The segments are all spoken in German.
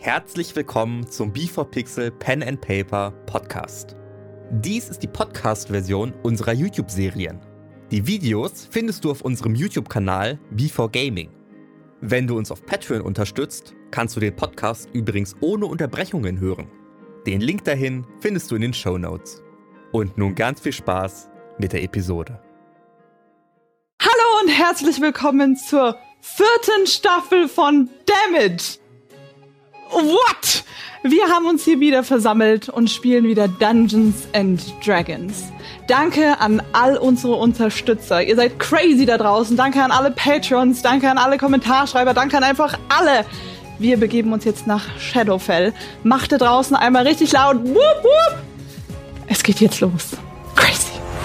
Herzlich willkommen zum B4Pixel Pen and Paper Podcast. Dies ist die Podcast-Version unserer YouTube-Serien. Die Videos findest du auf unserem YouTube-Kanal B4Gaming. Wenn du uns auf Patreon unterstützt, kannst du den Podcast übrigens ohne Unterbrechungen hören. Den Link dahin findest du in den Shownotes. Und nun ganz viel Spaß mit der Episode. Hallo und herzlich willkommen zur 4. Staffel von Damage. What? Wir haben uns hier wieder versammelt und spielen wieder Dungeons and Dragons. Danke an all unsere Unterstützer. Ihr seid crazy da draußen. Danke an alle Patrons, danke an alle Kommentarschreiber, danke an einfach alle. Wir begeben uns jetzt nach Shadowfell. Macht da draußen einmal richtig laut. Wup, wup. Es geht jetzt los. Crazy.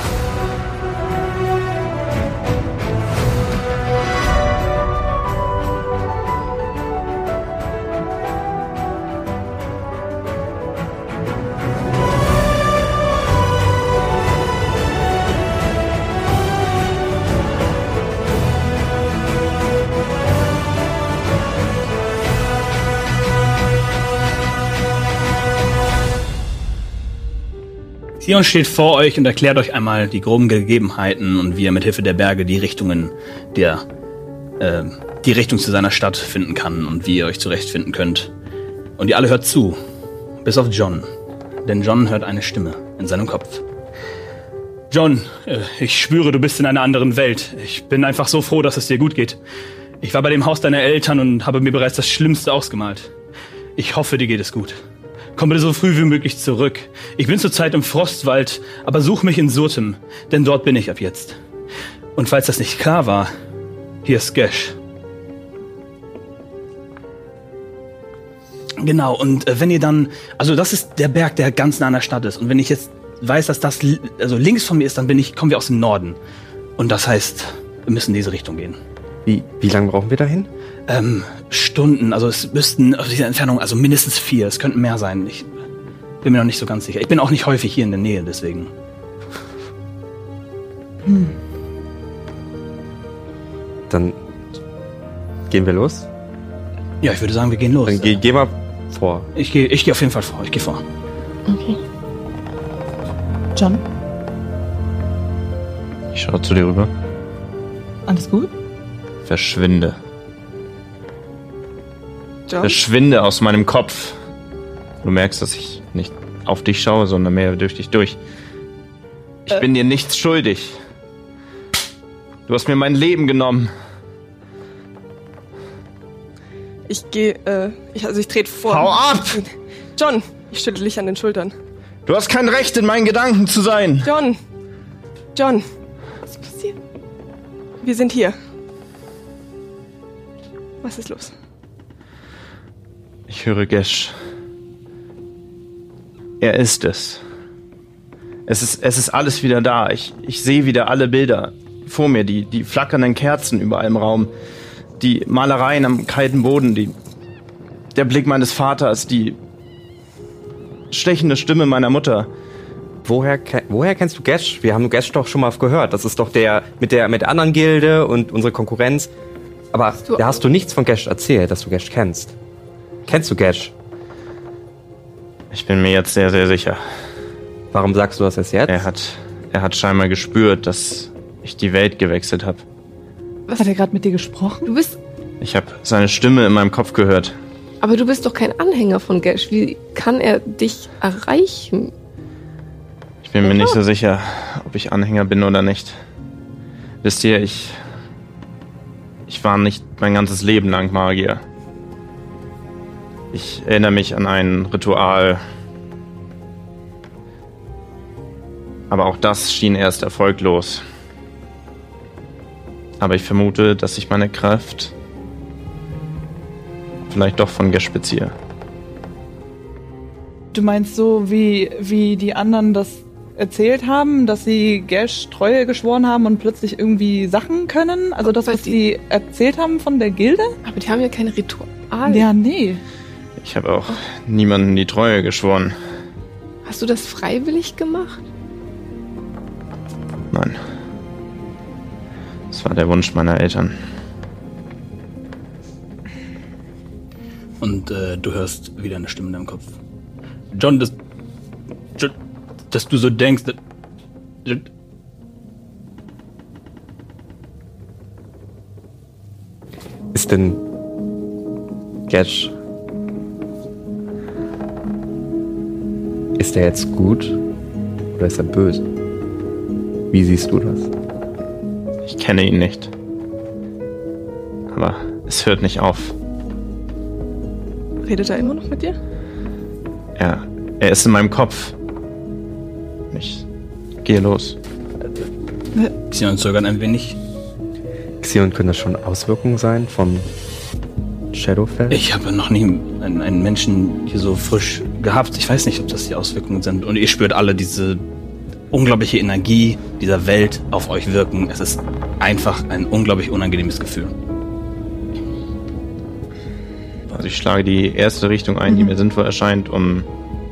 Sion steht vor euch und erklärt euch einmal die groben Gegebenheiten und wie er mit Hilfe der Berge die Richtung zu seiner Stadt finden kann und wie ihr euch zurechtfinden könnt. Und ihr alle hört zu, bis auf John, denn John hört eine Stimme in seinem Kopf. John, ich spüre, du bist in einer anderen Welt. Ich bin einfach so froh, dass es dir gut geht. Ich war bei dem Haus deiner Eltern und habe mir bereits das Schlimmste ausgemalt. Ich hoffe, dir geht es gut. Komm bitte so früh wie möglich zurück. Ich bin zurzeit im Frostwald, aber such mich in Surtem, denn dort bin ich ab jetzt. Und falls das nicht klar war, hier ist Gesh. Genau, und wenn ihr dann, also das ist der Berg, der ganz nah an der Stadt ist. Und wenn ich jetzt weiß, dass das also links von mir ist, dann kommen wir aus dem Norden. Und das heißt, wir müssen in diese Richtung gehen. Wie lange brauchen wir dahin? Stunden, also es müssten auf dieser Entfernung, also mindestens 4, es könnten mehr sein. Ich bin mir noch nicht so ganz sicher. Ich bin auch nicht häufig hier in der Nähe, deswegen. Dann gehen wir los? Ja, ich würde sagen, wir gehen los. Dann geh mal vor. Ich geh auf jeden Fall vor, ich gehe vor. Okay. John, Ich schaue zu dir rüber. alles gut? Verschwinde. John? Verschwinde aus meinem Kopf. Du merkst, dass ich nicht auf dich schaue, sondern mehr durch dich durch. Ich bin dir nichts schuldig. Du hast mir mein Leben genommen. Ich trete vor. Hau ab! John, ich schüttle dich an den Schultern. Du hast kein Recht, in meinen Gedanken zu sein. John, was ist passiert? Wir sind hier. Was ist los? Ich höre Gesh. Er ist es. Es ist alles wieder da. Ich sehe wieder alle Bilder vor mir, die flackernden Kerzen überall im Raum, die Malereien am kalten Boden, der Blick meines Vaters, die stechende Stimme meiner Mutter. Woher kennst du Gesh? Wir haben Gesh doch schon mal gehört. Das ist doch der mit der anderen Gilde und unsere Konkurrenz. Aber da hast du nichts von Gesh erzählt, dass du Gesh kennst. Kennst du Gesh? Ich bin mir jetzt sehr, sehr sicher. Warum sagst du das erst jetzt? Er hat scheinbar gespürt, dass ich die Welt gewechselt habe. Was hat er gerade mit dir gesprochen? Ich habe seine Stimme in meinem Kopf gehört. Aber du bist doch kein Anhänger von Gesh. Wie kann er dich erreichen? Ich bin mir nicht so sicher, ob ich Anhänger bin oder nicht. Wisst ihr, ich war nicht mein ganzes Leben lang Magier. Ich erinnere mich an ein Ritual. Aber auch das schien erst erfolglos. Aber ich vermute, dass ich meine Kraft vielleicht doch von Gesh beziehe. Du meinst so, wie die anderen das erzählt haben, dass sie Gesh Treue geschworen haben und plötzlich irgendwie Sachen können? Also das, was sie erzählt haben von der Gilde? Aber die haben ja kein Ritual. Ja, nee. Ich habe auch niemandem die Treue geschworen. Hast du das freiwillig gemacht? Nein. Das war der Wunsch meiner Eltern. Und du hörst wieder eine Stimme in deinem Kopf. John, dass du so denkst. Ist denn Gash... Ist er jetzt gut oder ist er böse? Wie siehst du das? Ich kenne ihn nicht. Aber es hört nicht auf. Redet er immer noch mit dir? Er ist in meinem Kopf. Ich gehe los. Xion zögert ein wenig. Xion, können das schon Auswirkungen sein vom Shadowfell? Ich habe noch nie einen Menschen hier so frisch gehabt. Ich weiß nicht, ob das die Auswirkungen sind. Und ihr spürt alle diese unglaubliche Energie dieser Welt auf euch wirken. Es ist einfach ein unglaublich unangenehmes Gefühl. Also ich schlage die erste Richtung ein, die mir sinnvoll erscheint, um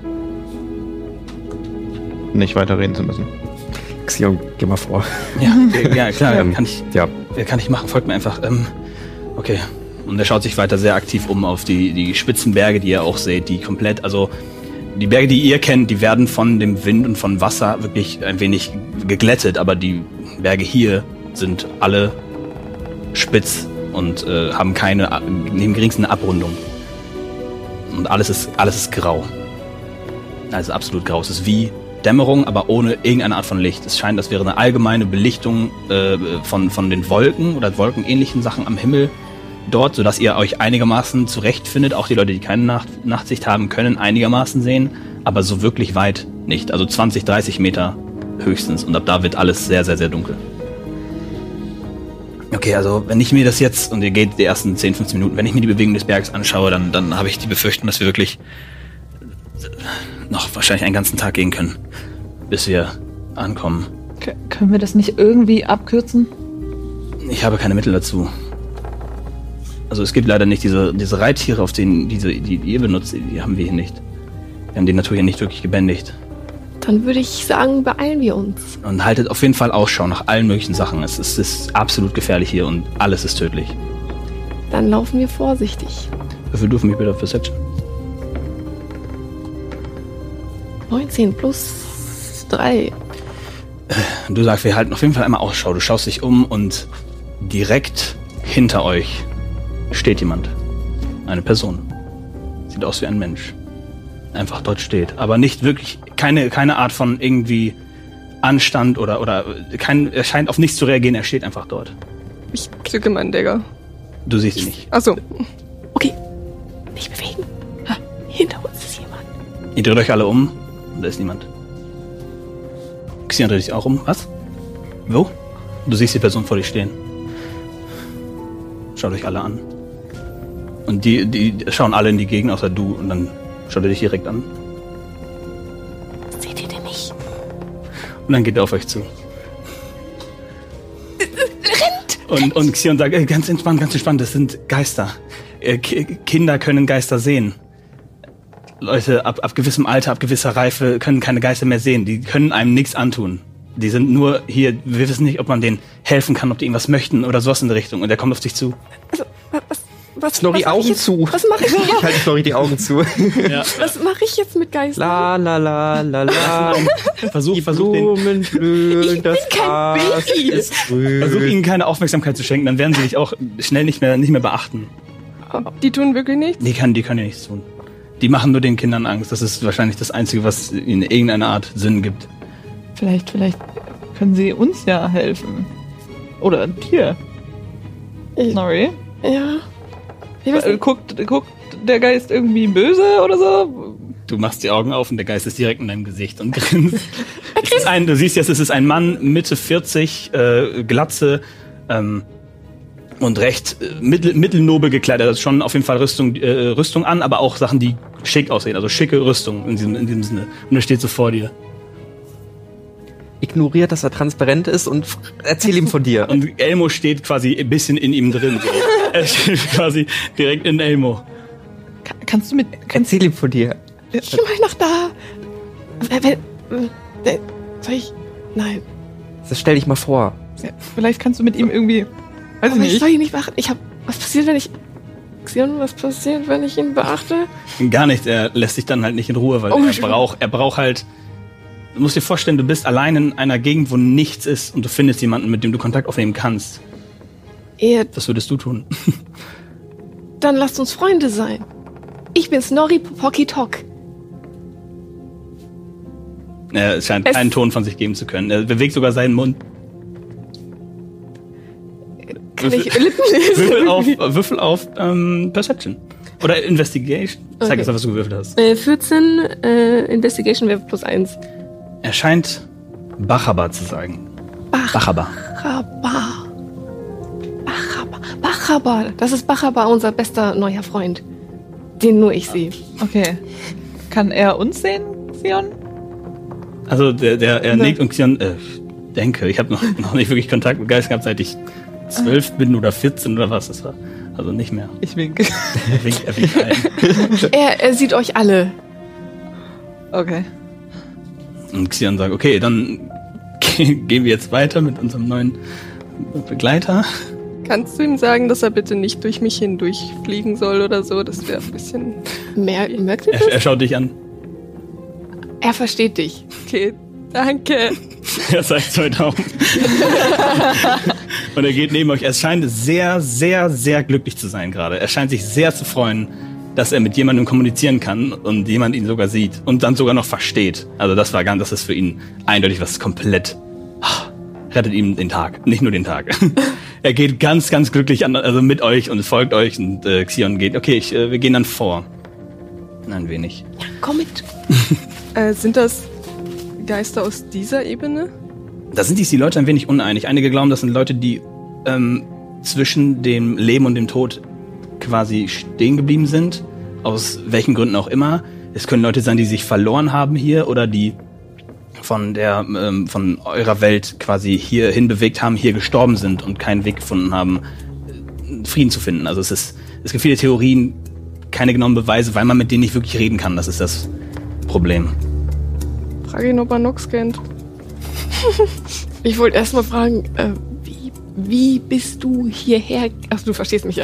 nicht weiter reden zu müssen. Xion, geh mal vor. Ja, klar, kann ich machen. Folgt mir einfach. Okay. Und er schaut sich weiter sehr aktiv um auf die spitzen Berge, die ihr auch seht, die komplett, also die Berge, die ihr kennt, die werden von dem Wind und von Wasser wirklich ein wenig geglättet, aber die Berge hier sind alle spitz und haben keine, neben geringsten Abrundung. Und alles ist grau. Also absolut grau. Es ist wie Dämmerung, aber ohne irgendeine Art von Licht. Es scheint, als wäre eine allgemeine Belichtung von den Wolken oder wolkenähnlichen Sachen am Himmel dort, sodass ihr euch einigermaßen zurechtfindet. Auch die Leute, die keine Nachtsicht haben, können einigermaßen sehen, aber so wirklich weit nicht. Also 20, 30 Meter höchstens. Und ab da wird alles sehr, sehr, sehr dunkel. Okay, also wenn ich mir das jetzt, und ihr geht die ersten 10, 15 Minuten, wenn ich mir die Bewegung des Berges anschaue, dann habe ich die Befürchtung, dass wir wirklich noch wahrscheinlich einen ganzen Tag gehen können, bis wir ankommen. Können wir das nicht irgendwie abkürzen? Ich habe keine Mittel dazu. Also es gibt leider nicht diese Reittiere, auf denen die ihr benutzt, die haben wir hier nicht. Wir haben die Natur hier nicht wirklich gebändigt. Dann würde ich sagen, beeilen wir uns. Und haltet auf jeden Fall Ausschau nach allen möglichen Sachen. Es ist absolut gefährlich hier und alles ist tödlich. Dann laufen wir vorsichtig. Würfel du für mich bitte auf Perception. 19 plus 3. Du sagst, wir halten auf jeden Fall einmal Ausschau. Du schaust dich um und direkt hinter euch steht jemand. Eine Person. Sieht aus wie ein Mensch. Einfach dort steht. Aber nicht wirklich, keine Art von irgendwie Anstand oder er scheint auf nichts zu reagieren. Er steht einfach dort. Ich zücke meinen Dagger. Du siehst ihn nicht. Achso. Okay. Nicht bewegen. Hinter uns ist jemand. Ihr dreht euch alle um und da ist niemand. Xion dreht sich auch um. Was? Wo? Du siehst die Person vor dir stehen. Schaut euch alle an. Und die schauen alle in die Gegend, außer du. Und dann schaut er dich direkt an. Seht ihr den nicht? Und dann geht er auf euch zu. Rennt! Und Xion sagt, ganz entspannt, das sind Geister. Kinder können Geister sehen. Leute ab gewissem Alter, ab gewisser Reife können keine Geister mehr sehen. Die können einem nichts antun. Die sind nur hier, wir wissen nicht, ob man denen helfen kann, ob die irgendwas möchten oder sowas in der Richtung. Und der kommt auf dich zu. Also, was Snorri, Augen zu. Was mache ich jetzt? Ich halte Snorri die Augen zu. Ja. Was mache ich jetzt mit Geistern? La la la la la. Versuch den. Blumen blühen, das Gras ist grün. Versuch ihnen keine Aufmerksamkeit zu schenken, dann werden sie dich auch schnell nicht mehr beachten. Die tun wirklich nichts? Die können ja nichts tun. Die machen nur den Kindern Angst. Das ist wahrscheinlich das Einzige, was ihnen irgendeine Art Sinn gibt. Vielleicht können sie uns ja helfen. Oder dir. Snorri. Ja. Guckt der Geist irgendwie böse oder so? Du machst die Augen auf und der Geist ist direkt in deinem Gesicht und grinst. Du siehst jetzt, es ist ein Mann, Mitte 40, Glatze, und recht mittelnobel gekleidet. Er hat schon auf jeden Fall Rüstung an, aber auch Sachen, die schick aussehen. Also schicke Rüstung in diesem Sinne. Und er steht so vor dir. Ignoriert, dass er transparent ist und erzähl ihm von dir. Und Elmo steht quasi ein bisschen in ihm drin. So. Er steht quasi direkt in Elmo. Kannst du mit... Erzähl ihm von dir. Geh mal nach da. Soll ich... Nein. Das stell dich mal vor. Ja, vielleicht kannst du mit ihm irgendwie... Weiß ich Aber nicht. ich soll ihn nicht machen. Was passiert, wenn ich... Xion, was passiert, wenn ich ihn beachte? Gar nichts, er lässt sich dann halt nicht in Ruhe, weil er braucht halt... Du musst dir vorstellen, du bist allein in einer Gegend, wo nichts ist und du findest jemanden, mit dem du Kontakt aufnehmen kannst. Was würdest du tun? Dann lasst uns Freunde sein. Ich bin Snorri Pocky Tok. Er scheint keinen Ton von sich geben zu können. Er bewegt sogar seinen Mund. Kann ich Lippen lesen? Würfel auf Perception. Oder Investigation. Zeig Okay. uns, was du gewürfelt hast. 14, Investigation wäre +1. Er scheint Bachaba zu sagen. Bachaba. Bachaba. Das ist Bachaba, unser bester neuer Freund. Den nur ich sehe. Okay. Kann er uns sehen, Xion? Also er nickt und Xion, denke, ich habe noch nicht wirklich Kontakt mit Geist gehabt, seit ich 12 bin oder 14 oder was das war. Also nicht mehr. Ich winke. Er winkt ein. Er sieht euch alle. Okay. Und Xion sagt, okay, dann gehen wir jetzt weiter mit unserem neuen Begleiter. Kannst du ihm sagen, dass er bitte nicht durch mich hindurchfliegen soll oder so? Das wäre ein bisschen... Merkt ihr das? Er schaut dich an. Er versteht dich. Okay, danke. Er zeigt 2 Daumen. Und er geht neben euch. Er scheint sehr, sehr, sehr glücklich zu sein gerade. Er scheint sich sehr zu freuen, dass er mit jemandem kommunizieren kann und jemand ihn sogar sieht und dann sogar noch versteht. Also das ist für ihn eindeutig was komplett rettet ihm den Tag, nicht nur den Tag. Er geht ganz, ganz glücklich mit euch und folgt euch und Xion geht. Okay, wir gehen dann vor. Ein wenig. Ja, komm mit. Sind das Geister aus dieser Ebene? Da sind sich die Leute ein wenig uneinig. Einige glauben, das sind Leute, die zwischen dem Leben und dem Tod quasi stehen geblieben sind. Aus welchen Gründen auch immer. Es können Leute sein, die sich verloren haben hier oder die von eurer Welt quasi hierhin bewegt haben, hier gestorben sind und keinen Weg gefunden haben, Frieden zu finden. Also es gibt viele Theorien, keine genauen Beweise, weil man mit denen nicht wirklich reden kann. Das ist das Problem. Frage ihn, ob er Nox kennt. Ich wollte erst mal fragen, wie bist du hierher... Ach, du verstehst mich ja.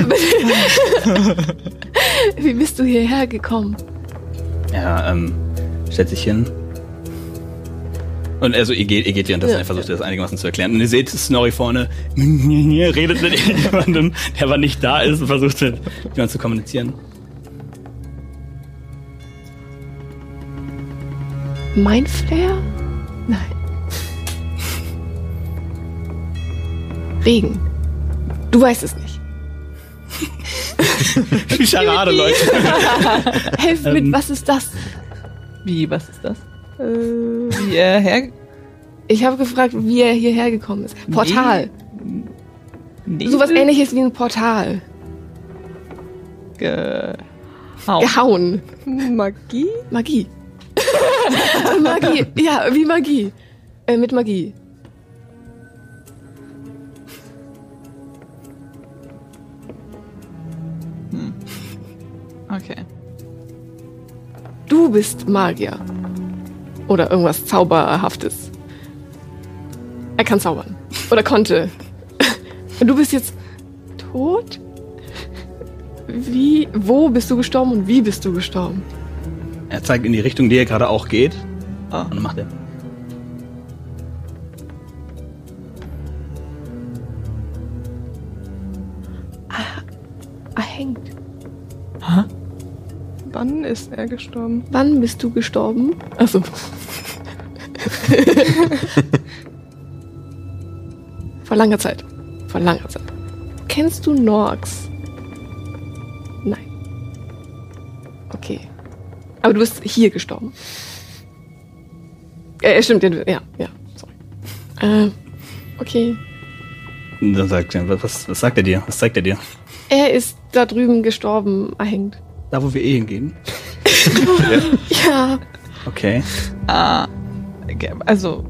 Wie bist du hierher gekommen? Ja, stellt sich hin. Und also ihr geht währenddessen, er versucht das einigermaßen zu erklären. Und ihr seht Snorri vorne, redet mit jemandem, der aber nicht da ist und versucht mit jemandem zu kommunizieren. Mein Flair? Nein. Regen. Du weißt es nicht. Die Scharade, Leute. Helft mit, was ist das? Wie, was ist das? Wie er Ich habe gefragt, wie er hierher gekommen ist. Portal. Sowas ähnliches wie ein Portal. Gehauen. Magie? Magie. Magie. Ja, wie Magie. Mit Magie. Okay. Du bist Magier. Oder irgendwas Zauberhaftes. Er kann zaubern. Oder konnte. Und du bist jetzt tot? Wo bist du gestorben und wie bist du gestorben? Er zeigt in die Richtung, die er gerade auch geht. Und dann macht er. Er hängt. Hä? Wann ist er gestorben? Wann bist du gestorben? Achso. Vor langer Zeit. Vor langer Zeit. Kennst du Norx? Nein. Okay. Aber du bist hier gestorben. Stimmt, ja, sorry. Okay. Und dann sagt er, was sagt er dir? Was zeigt er dir? Er ist da drüben gestorben, er hängt. Da, wo wir hingehen? Ja. Okay. Also,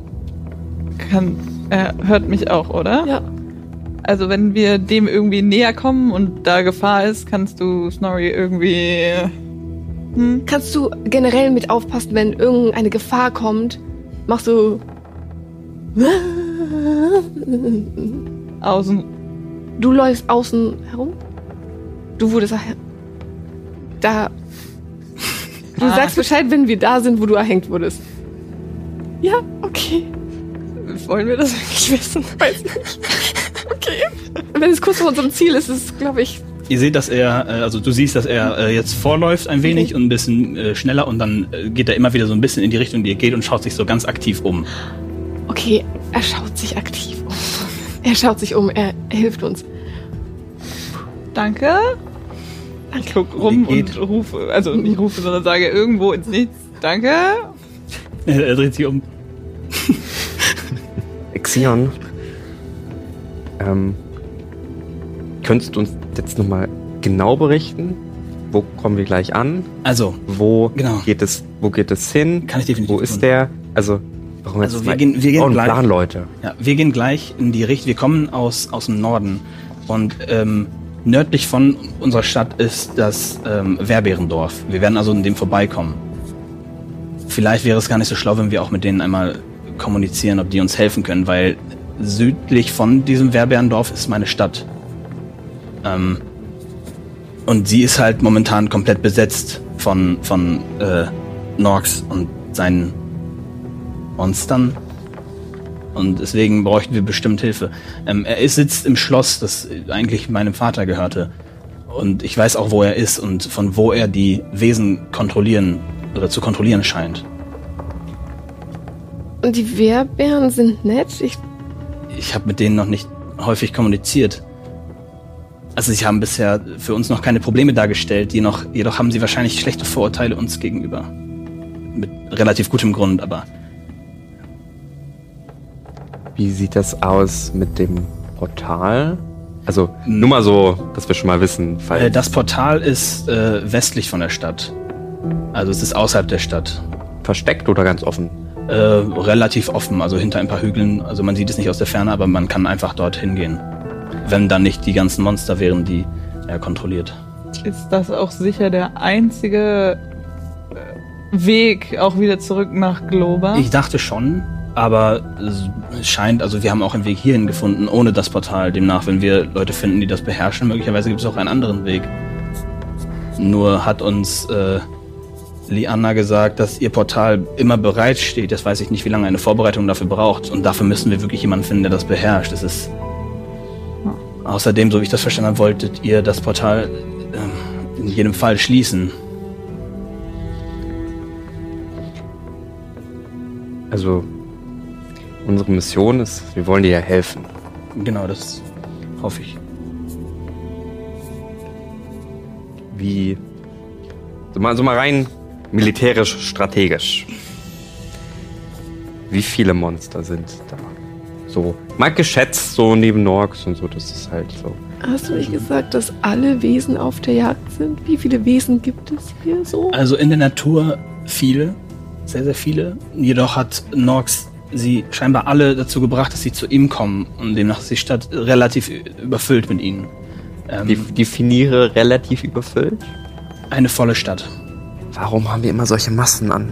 er hört mich auch, oder? Ja. Also, wenn wir dem irgendwie näher kommen und da Gefahr ist, kannst du Snorri irgendwie... Kannst du generell mit aufpassen, wenn irgendeine Gefahr kommt, machst du... Außen. Du läufst außen herum? Du wurdest da. Du sagst Bescheid, wenn wir da sind, wo du erhängt wurdest. Ja, okay. Wollen wir das wirklich wissen? Weiß nicht. Okay. Wenn es kurz vor unserem Ziel ist, ist es, glaube ich... Ihr seht, dass du siehst, dass er jetzt vorläuft ein wenig und ein bisschen schneller und dann geht er immer wieder so ein bisschen in die Richtung, die ihr geht und schaut sich so ganz aktiv um. Okay, er schaut sich aktiv um. Er schaut sich um, er hilft uns. Danke. Ich guck rum und rufe, also nicht rufe, sondern sage irgendwo ins Nichts. Danke. Er dreht sich um. Xion, könntest du uns jetzt nochmal genau berichten, wo kommen wir gleich an? Also, wo genau. geht es hin? Kann ich definitiv Wo ist tun. der? Also, warum jetzt wir gehen gleich. Plan, Leute. Ja, wir gehen gleich in die Richtung. Wir kommen aus dem Norden und nördlich von unserer Stadt ist das Werbeerendorf. Wir werden also in dem vorbeikommen. Vielleicht wäre es gar nicht so schlau, wenn wir auch mit denen einmal kommunizieren, ob die uns helfen können, weil südlich von diesem Werbeerendorf ist meine Stadt. Und sie ist halt momentan komplett besetzt von Norx und seinen Monstern. Und deswegen bräuchten wir bestimmt Hilfe. Er sitzt im Schloss, das eigentlich meinem Vater gehörte. Und ich weiß auch, wo er ist und von wo er die Wesen kontrollieren oder zu kontrollieren scheint. Und die Wehrbären sind nett? Ich habe mit denen noch nicht häufig kommuniziert. Also sie haben bisher für uns noch keine Probleme dargestellt, jedoch haben sie wahrscheinlich schlechte Vorurteile uns gegenüber. Mit relativ gutem Grund, aber... Wie sieht das aus mit dem Portal? Also nur mal so, dass wir schon mal wissen. Das Portal ist westlich von der Stadt. Also es ist außerhalb der Stadt. Versteckt oder ganz offen? Relativ offen, also hinter ein paar Hügeln. Also man sieht es nicht aus der Ferne, aber man kann einfach dorthin gehen. Wenn dann nicht die ganzen Monster wären, die er kontrolliert. Ist das auch sicher der einzige Weg auch wieder zurück nach Globa? Ich dachte schon, aber es scheint, also wir haben auch einen Weg hierhin gefunden, ohne das Portal. Demnach, wenn wir Leute finden, die das beherrschen, möglicherweise gibt es auch einen anderen Weg. Nur hat uns Lianna gesagt, dass ihr Portal immer bereit steht. Das weiß ich nicht, wie lange eine Vorbereitung dafür braucht. Und dafür müssen wir wirklich jemanden finden, der das beherrscht. Das ist... Außerdem, so wie ich das verstanden habe, wolltet ihr das Portal in jedem Fall schließen. Also, unsere Mission ist, wir wollen dir ja helfen. Genau, das hoffe ich. Wie... So mal rein militärisch, strategisch. Wie viele Monster sind da? So, mal geschätzt, so neben Norx und so, das ist halt so. Hast du nicht gesagt, dass alle Wesen auf der Jagd sind? Wie viele Wesen gibt es hier so? Also in der Natur viele, sehr, sehr viele. Jedoch hat Norx sie scheinbar alle dazu gebracht, dass sie zu ihm kommen. Und demnach ist die Stadt relativ überfüllt mit ihnen. Definiere relativ überfüllt? Eine volle Stadt. Warum haben wir immer solche Massen an?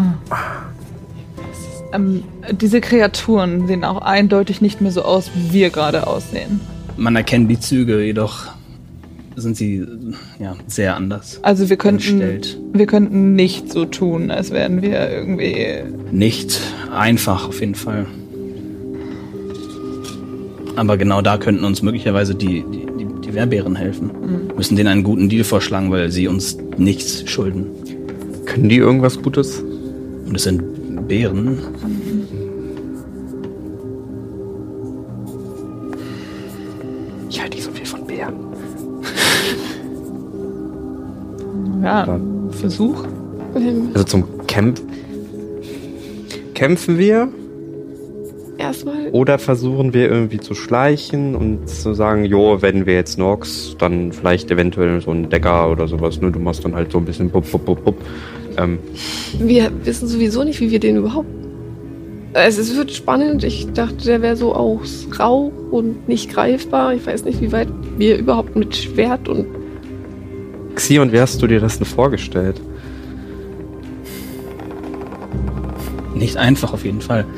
Diese Kreaturen sehen auch eindeutig nicht mehr so aus, wie wir gerade aussehen. Man erkennt die Züge, jedoch sind sie ja sehr anders. Also wir könnten nicht so tun, als wären wir irgendwie... Nicht einfach, auf jeden Fall. Aber genau da könnten uns möglicherweise die Wehrbären helfen. Wir müssen denen einen guten Deal vorschlagen, weil sie uns nichts schulden. Können die irgendwas Gutes? Und es sind Bären. Ich halte nicht so viel von Bären. Ja, Versuch. Also zum Kämpfen wir? Erstmal. Oder versuchen wir irgendwie zu schleichen und zu sagen, jo, wenn wir jetzt Norx, dann vielleicht eventuell so ein Decker oder sowas, ne? Du machst dann halt so ein bisschen pup. Wir wissen sowieso nicht, wie wir den überhaupt... Es wird spannend. Ich dachte, der wäre so aus Rauch und nicht greifbar. Ich weiß nicht, wie weit wir überhaupt mit Schwert und... Xion, wie hast du dir das denn vorgestellt? Nicht einfach, auf jeden Fall.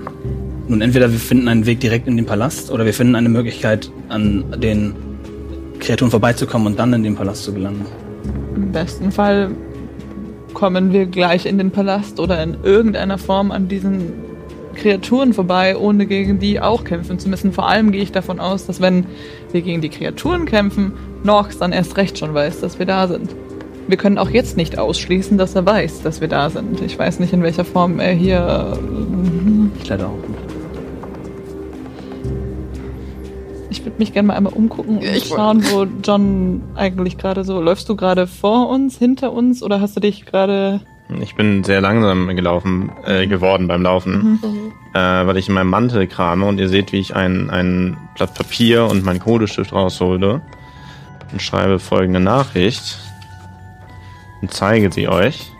Nun, entweder wir finden einen Weg direkt in den Palast oder wir finden eine Möglichkeit, an den Kreaturen vorbeizukommen und dann in den Palast zu gelangen. Im besten Fall kommen wir gleich in den Palast oder in irgendeiner Form an diesen Kreaturen vorbei, ohne gegen die auch kämpfen zu müssen. Vor allem gehe ich davon aus, dass wenn wir gegen die Kreaturen kämpfen, Nox dann erst recht schon weiß, dass wir da sind. Wir können auch jetzt nicht ausschließen, dass er weiß, dass wir da sind. Ich weiß nicht, in welcher Form er hier... Ich leider auch nicht. Ich würde mich gerne mal einmal umgucken und schauen, wo John eigentlich gerade so... Läufst du gerade vor uns, hinter uns oder hast du dich gerade... Ich bin sehr langsam geworden beim Laufen, weil ich in meinem Mantel krame und ihr seht, wie ich ein Blatt Papier und meinen Kodestift raushole und schreibe folgende Nachricht und zeige sie euch.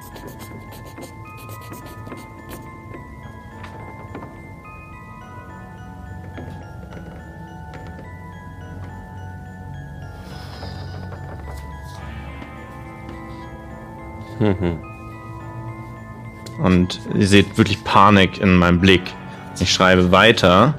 Und ihr seht wirklich Panik in meinem Blick. Ich schreibe weiter.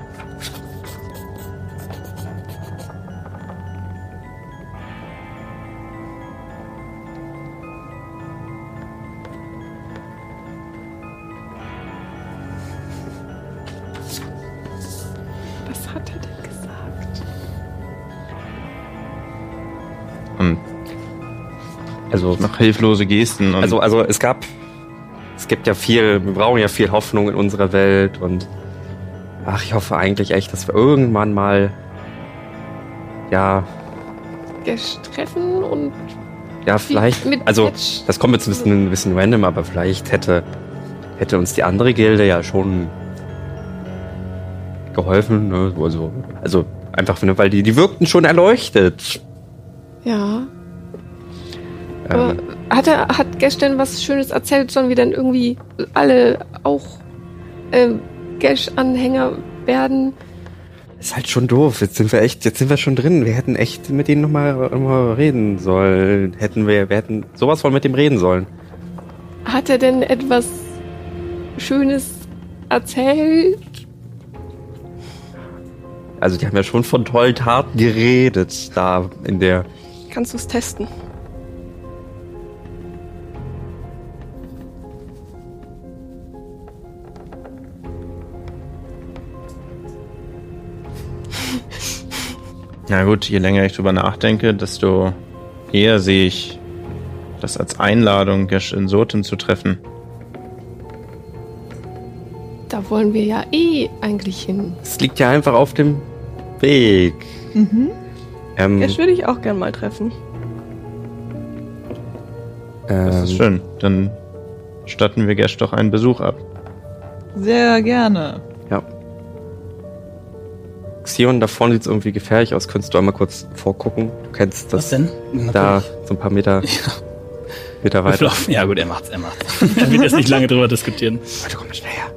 Was hat er denn gesagt? Und Also, ich mache hilflose Gesten. Und also es gibt ja viel, wir brauchen ja viel Hoffnung in unserer Welt und ich hoffe eigentlich echt, dass wir irgendwann mal Gesh treffen und vielleicht, mit also Patch. das kommt jetzt ein bisschen random, aber vielleicht hätte uns die andere Gilde ja schon geholfen, ne? Also einfach, weil die wirkten schon erleuchtet. Ja. Aber hat Gesh denn was Schönes erzählt, sollen wir dann irgendwie alle auch Gesh-Anhänger werden? Ist halt schon doof. Jetzt sind wir schon drin. Wir hätten echt mit denen noch mal reden sollen. Wir hätten sowas von mit dem reden sollen. Hat er denn etwas Schönes erzählt? Also die haben ja schon von tollen Taten geredet, da in der... Kannst du es testen? na gut, je länger ich drüber nachdenke, desto eher sehe ich das als Einladung, Gesh in Soten zu treffen. Da wollen wir ja eigentlich hin. Es liegt ja einfach auf dem Weg. Gesh würde ich auch gern mal treffen. Das ist schön. Dann statten wir Gesh doch einen Besuch ab. Sehr gerne. Ja. Xion, da vorne sieht es irgendwie gefährlich aus. Könntest du einmal kurz vorgucken? Du kennst das. Was denn? Da, so ein paar Meter weiter. Ja gut, er macht's. Er wird jetzt nicht lange drüber diskutieren. Leute, komm schnell her.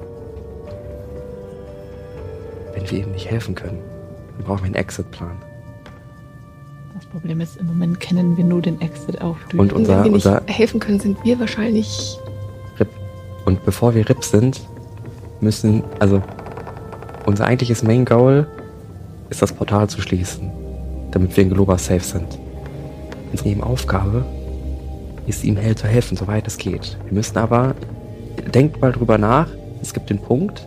Wenn wir ihm nicht helfen können, dann brauchen wir einen Exit-Plan. Das Problem ist, im Moment kennen wir nur den Exit auf durch. Und Wenn wir nicht unser helfen können, sind wir wahrscheinlich... RIP. Und bevor wir RIP sind, müssen, also unser eigentliches Main Goal ist, das Portal zu schließen, damit wir in Globa safe sind. Unsere Aufgabe ist, ihm zu helfen, soweit es geht. Wir müssen aber, denkt mal drüber nach, es gibt den Punkt,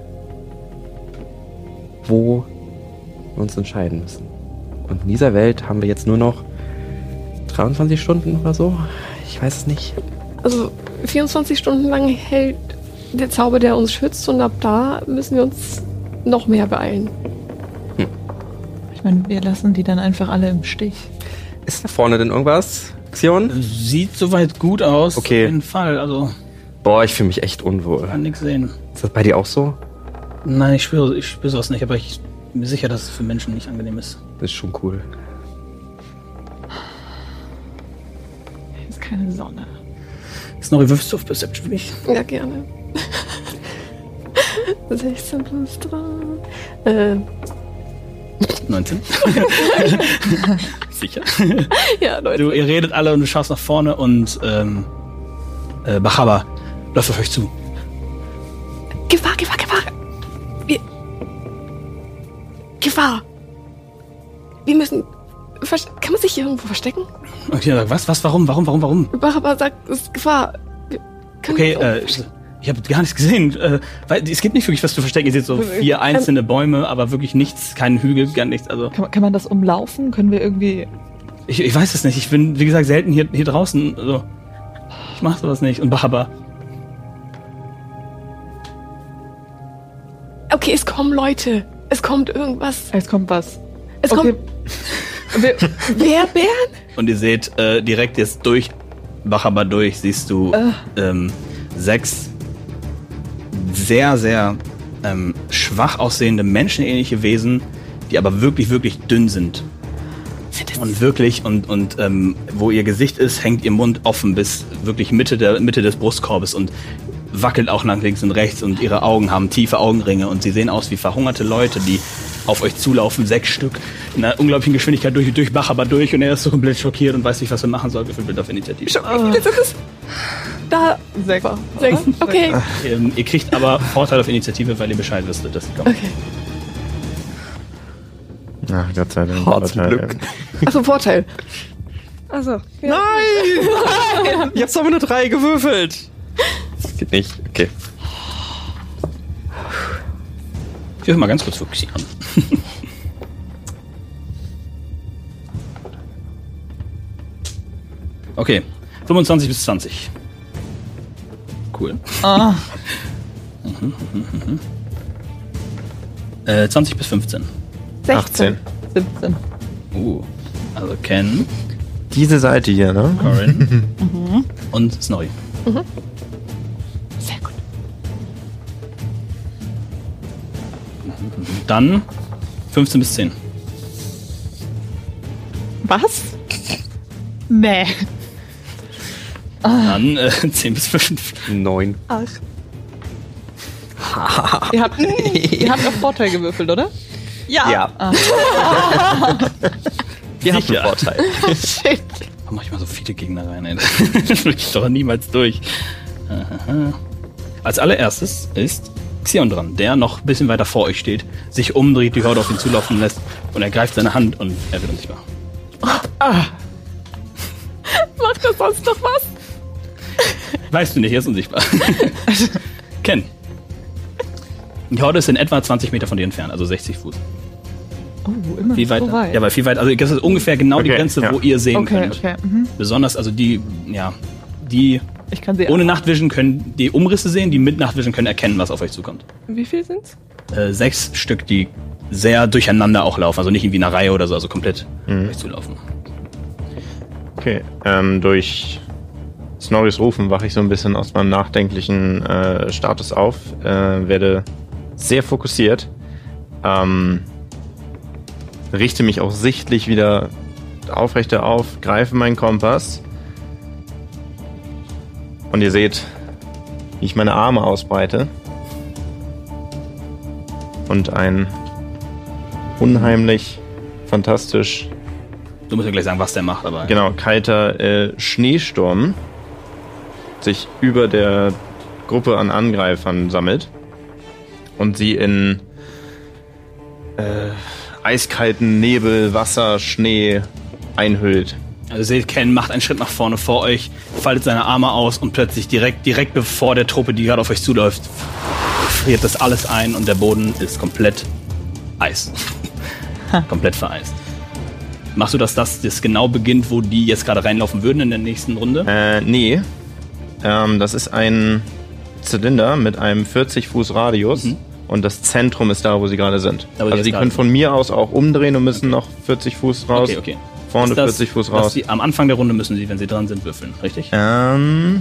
wo wir uns entscheiden müssen. Und in dieser Welt haben wir jetzt nur noch 23 Stunden oder so. Ich weiß es nicht. Also 24 Stunden lang hält der Zauber, der uns schützt, und ab da müssen wir uns noch mehr beeilen. Ich meine, wir lassen die dann einfach alle im Stich. Ist da vorne denn irgendwas, Xion? Sieht soweit gut aus. Okay. Auf jeden Fall. Also, Boah, ich fühle mich echt unwohl. kann nichts sehen. Ist das bei dir auch so? Nein, ich spüre sowas nicht, aber ich bin mir sicher, dass es für Menschen nicht angenehm ist. Das ist schon cool. Hier ist keine Sonne. Snorri, wirfst du auf Perception für mich? Ja, gerne. 16 plus 3. 19. Sicher. Ja, Leute. Ihr redet alle und du schaust nach vorne und Bachaba läuft auf euch zu. Gefahr! Gefahr! Wir müssen Kann man sich hier irgendwo verstecken? Okay, sag, was? Warum? Bahaba sagt, es ist Gefahr. Okay, ich habe gar nichts gesehen. Weil es gibt nicht wirklich was zu verstecken. Ihr seht so 4 einzelne Bäume, aber wirklich nichts, keinen Hügel, gar nichts. Also Kann man das umlaufen? Können wir irgendwie... Ich weiß es nicht. Ich bin, wie gesagt, selten hier draußen. Also, ich mach sowas nicht. Und Bahaba. Okay, es kommen Leute. Es kommt irgendwas. Es kommt was. Es kommt... Bären? Und ihr seht direkt jetzt durch Bahaba durch, siehst du 6 sehr, sehr schwach aussehende, menschenähnliche Wesen, die aber wirklich, wirklich dünn sind. Und wirklich, und wo ihr Gesicht ist, hängt ihr Mund offen bis wirklich Mitte des Brustkorbes und wackelt auch nach links und rechts und ihre Augen haben tiefe Augenringe und sie sehen aus wie verhungerte Leute, die auf euch zulaufen, 6 Stück, in einer unglaublichen Geschwindigkeit durch Bahaba durch und er ist so komplett schockiert und weiß nicht, was er machen soll. Wie viel Bild auf Initiative? Da. 6. Okay. Ihr kriegt aber Vorteil auf Initiative, weil ihr Bescheid wisst, dass sie kommen. Okay. Ach, Gott sei Dank. Oh, zum Glück. Achso, Vorteil. Also. Ja. Nein! Ich hab's aber nur 3 gewürfelt. Das geht nicht. Okay. Ich will mal ganz kurz fokussieren. Okay, 25 bis 20. Cool. 20 bis 15. 18. 17. Also Ken, Diese Seite hier, ne? Corin und Snorri. Sehr gut. Dann 15 bis 10. Was? Nee. Dann 10 bis 5. 9. 8. Ihr habt auf Vorteil gewürfelt, oder? Ja. Ihr habt einen Sicher. Vorteil. Shit. Warum mach ich mal so viele Gegner rein, ey? Das will ich doch niemals durch. Als allererstes ist Xion dran, der noch ein bisschen weiter vor euch steht, sich umdreht, die Horde auf ihn zulaufen lässt und er greift seine Hand und er wird unsichtbar. Macht das sonst noch was? Weißt du nicht, er ist unsichtbar. Ken. Die Horde ist in etwa 20 Meter von dir entfernt, also 60 Fuß. Oh, immer Viel weiter. so weit. Ja, weil viel weiter. Also das ist ungefähr genau die Okay, Grenze, ja. wo ihr sehen Okay, könnt. okay. Besonders, also die Ich kann sie ohne Nachtvision können die Umrisse sehen, die mit Nachtvision können erkennen, was auf euch zukommt. Wie viel sind's? 6 Stück, die sehr durcheinander auch laufen, also nicht irgendwie in einer Reihe oder so, also komplett auf euch zulaufen. Okay, durch Snorris Rufen wache ich so ein bisschen aus meinem nachdenklichen Status auf, werde sehr fokussiert, richte mich auch sichtlich wieder aufrechter auf, greife meinen Kompass und ihr seht, wie ich meine Arme ausbreite und ein unheimlich, fantastisch, Du musst ja gleich sagen, was der macht, aber genau, kalter Schneesturm sich über der Gruppe an Angreifern sammelt und sie in eiskalten Nebel, Wasser, Schnee einhüllt. Also seht, Ken macht einen Schritt nach vorne vor euch, faltet seine Arme aus und plötzlich direkt bevor der Truppe, die gerade auf euch zuläuft, friert das alles ein und der Boden ist komplett Eis. Komplett vereist. Machst du, dass das genau beginnt, wo die jetzt gerade reinlaufen würden in der nächsten Runde? Nee. Das ist ein Zylinder mit einem 40 Fuß Radius und das Zentrum ist da, wo sie gerade sind. Aber Also die die können von mir aus auch umdrehen und müssen noch 40 Fuß raus. Okay. Vorne Ist das, 40 Fuß dass raus. Sie, am Anfang der Runde müssen sie, wenn sie dran sind, würfeln, richtig? Ja,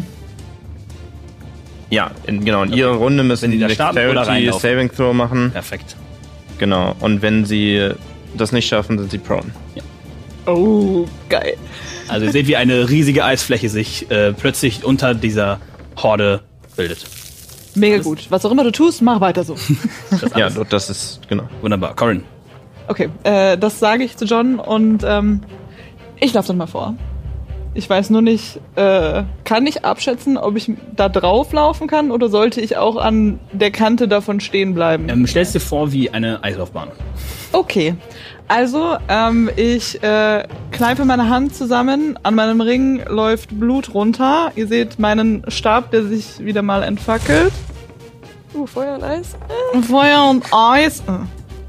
in ihrer Runde müssen Wenn die sie da starten oder Dexterity reinlaufen. Saving Throw machen. Perfekt. Genau. Und wenn sie das nicht schaffen, sind sie prone. Oh, geil. Also ihr seht, wie eine riesige Eisfläche sich plötzlich unter dieser Horde bildet. Mega gut. Was auch immer du tust, mach weiter so. Das Ja, alles. das ist, genau. Wunderbar. Corin. Okay, das sage ich zu John und ich laufe dann mal vor. Ich weiß nur nicht, kann ich abschätzen, ob ich da drauf laufen kann oder sollte ich auch an der Kante davon stehen bleiben? Stellst dir vor wie eine Eislaufbahn. Okay, Also, ich kneife meine Hand zusammen, an meinem Ring läuft Blut runter. Ihr seht meinen Stab, der sich wieder mal entfackelt. Feuer und Eis. Feuer und Eis. Oh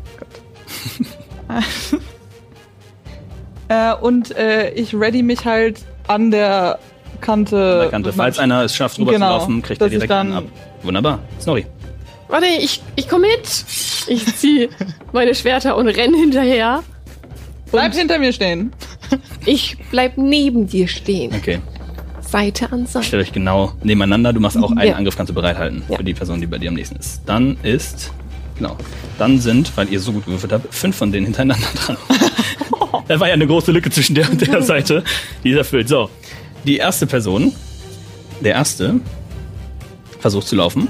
Gott. Und ich ready mich halt an der Kante. Falls einer es schafft, rüber zu laufen, kriegt er direkt einen ab. Wunderbar. Snorri. Warte, ich komme mit. Ich ziehe meine Schwerter und renne hinterher. Bleib hinter mir stehen. Ich bleib neben dir stehen. Okay. Seite an Seite. Stellt euch genau nebeneinander. Du machst auch einen Angriff, kannst du bereithalten für die Person, die bei dir am nächsten ist. Dann sind, weil ihr so gut gewürfelt habt, 5 von denen hintereinander dran. Da war ja eine große Lücke zwischen der und der Seite, die ist erfüllt. So, die erste Person, der erste, versucht zu laufen.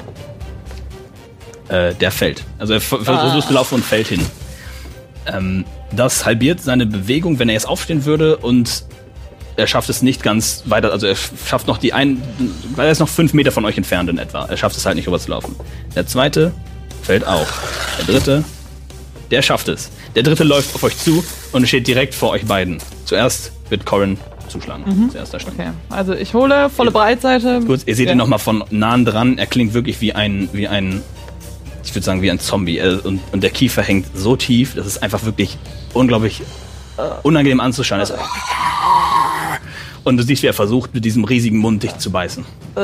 Der fällt. Also er versucht zu laufen und fällt hin. Das halbiert seine Bewegung, wenn er jetzt aufstehen würde, und er schafft es nicht ganz weiter, also er schafft noch weil er ist noch 5 Meter von euch entfernt in etwa. Er schafft es halt nicht rüber zu laufen. Der zweite fällt auch. Der dritte, der schafft es. Der dritte läuft auf euch zu und steht direkt vor euch beiden. Zuerst wird Corin zuschlagen. Zuerst der Stand. Okay, also ich hole volle Breitseite. Kurz, ihr seht ihn nochmal von nahen dran. Er klingt wirklich wie ein ich würde sagen, wie ein Zombie. Und der Kiefer hängt so tief, das ist einfach wirklich unglaublich unangenehm anzuschauen. Und du siehst, wie er versucht, mit diesem riesigen Mund dich zu beißen.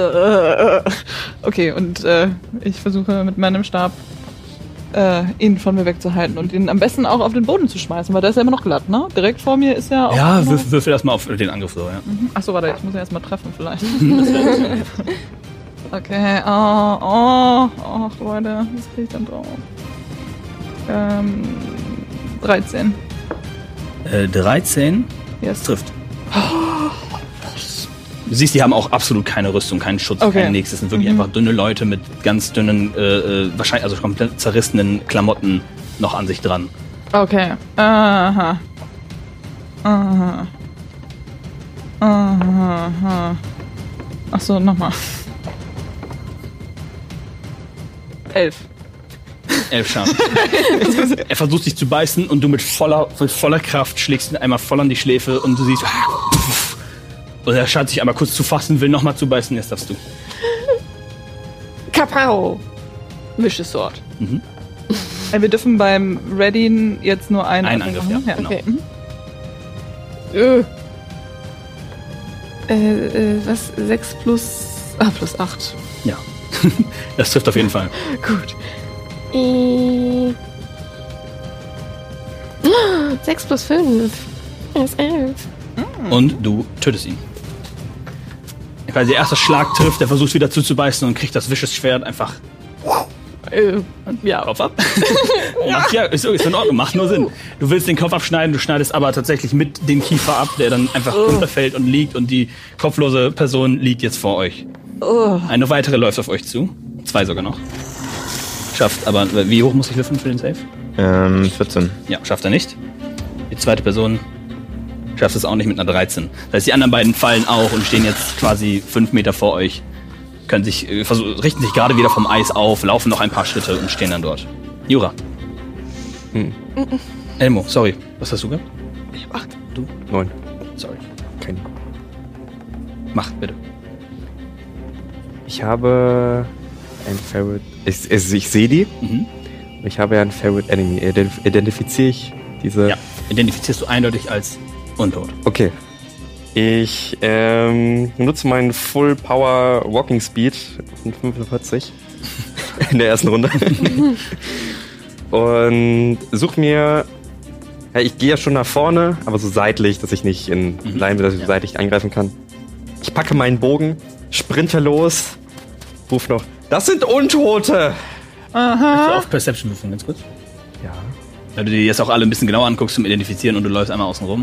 Okay, und ich versuche mit meinem Stab ihn von mir wegzuhalten und ihn am besten auch auf den Boden zu schmeißen, weil der ist ja immer noch glatt, ne? Direkt vor mir ist ja auch... Ja, würfel erstmal auf den Angriff so, ja. Achso, warte, ich muss ihn erstmal treffen vielleicht. Okay, ach Leute, was krieg ich dann drauf? 13. 13? Yes. Trifft. Du siehst, die haben auch absolut keine Rüstung, keinen Schutz, kein nichts. Das sind wirklich einfach dünne Leute mit ganz dünnen, wahrscheinlich also komplett zerrissenen Klamotten noch an sich dran. Okay. Aha. Achso, nochmal. 11 Schaden. Er versucht sich zu beißen und du mit voller Kraft schlägst ihn einmal voll an die Schläfe und du siehst... Und er scheint sich einmal kurz zu fassen, will nochmal zu beißen, jetzt darfst du. Kapau! Vicious Sword. Wir dürfen beim Readyen jetzt nur einen Angriff, ja. Genau. Okay. Was? 6 plus 8. Ja. Das trifft auf jeden Fall. Gut. 6 plus 5 ist 11. Und du tötest ihn. Weil der erste Schlag trifft, der versucht wieder zuzubeißen und kriegt das Vicious-Schwert einfach Kopf ab. Ja, ist in Ordnung, macht nur Sinn. Du willst den Kopf abschneiden, du schneidest aber tatsächlich mit dem Kiefer ab, der dann einfach runterfällt und liegt, und die kopflose Person liegt jetzt vor euch. Eine weitere läuft auf euch zu. 2 sogar noch. Schafft, aber wie hoch muss ich würfeln für den Save? 14. Ja, schafft er nicht. Die zweite Person schafft es auch nicht mit einer 13. Das heißt, die anderen beiden fallen auch und stehen jetzt quasi 5 Meter vor euch. Können sich, richten sich gerade wieder vom Eis auf, laufen noch ein paar Schritte und stehen dann dort. Jura. Elmo, sorry. Was hast du gehabt? Ich hab 8. Du? 9. Sorry. Kein. Mach, bitte. Ich habe ein Favorite... Ich sehe die. Ich habe ja ein Favorite Enemy. Identifiziere ich diese... Ja, identifizierst du eindeutig als untot. Okay. Ich nutze meinen Full Power Walking Speed von 45 in der ersten Runde. Und suche mir... Ja, ich gehe ja schon nach vorne, aber so seitlich, dass ich nicht in Line bin, dass ich so seitlich eingreifen kann. Ich packe meinen Bogen, sprinte los, ruf noch: Das sind Untote! Kannst du auf Perception würfeln, ganz kurz? Ja. Weil du dir jetzt auch alle ein bisschen genauer anguckst zum Identifizieren und du läufst einmal außen rum.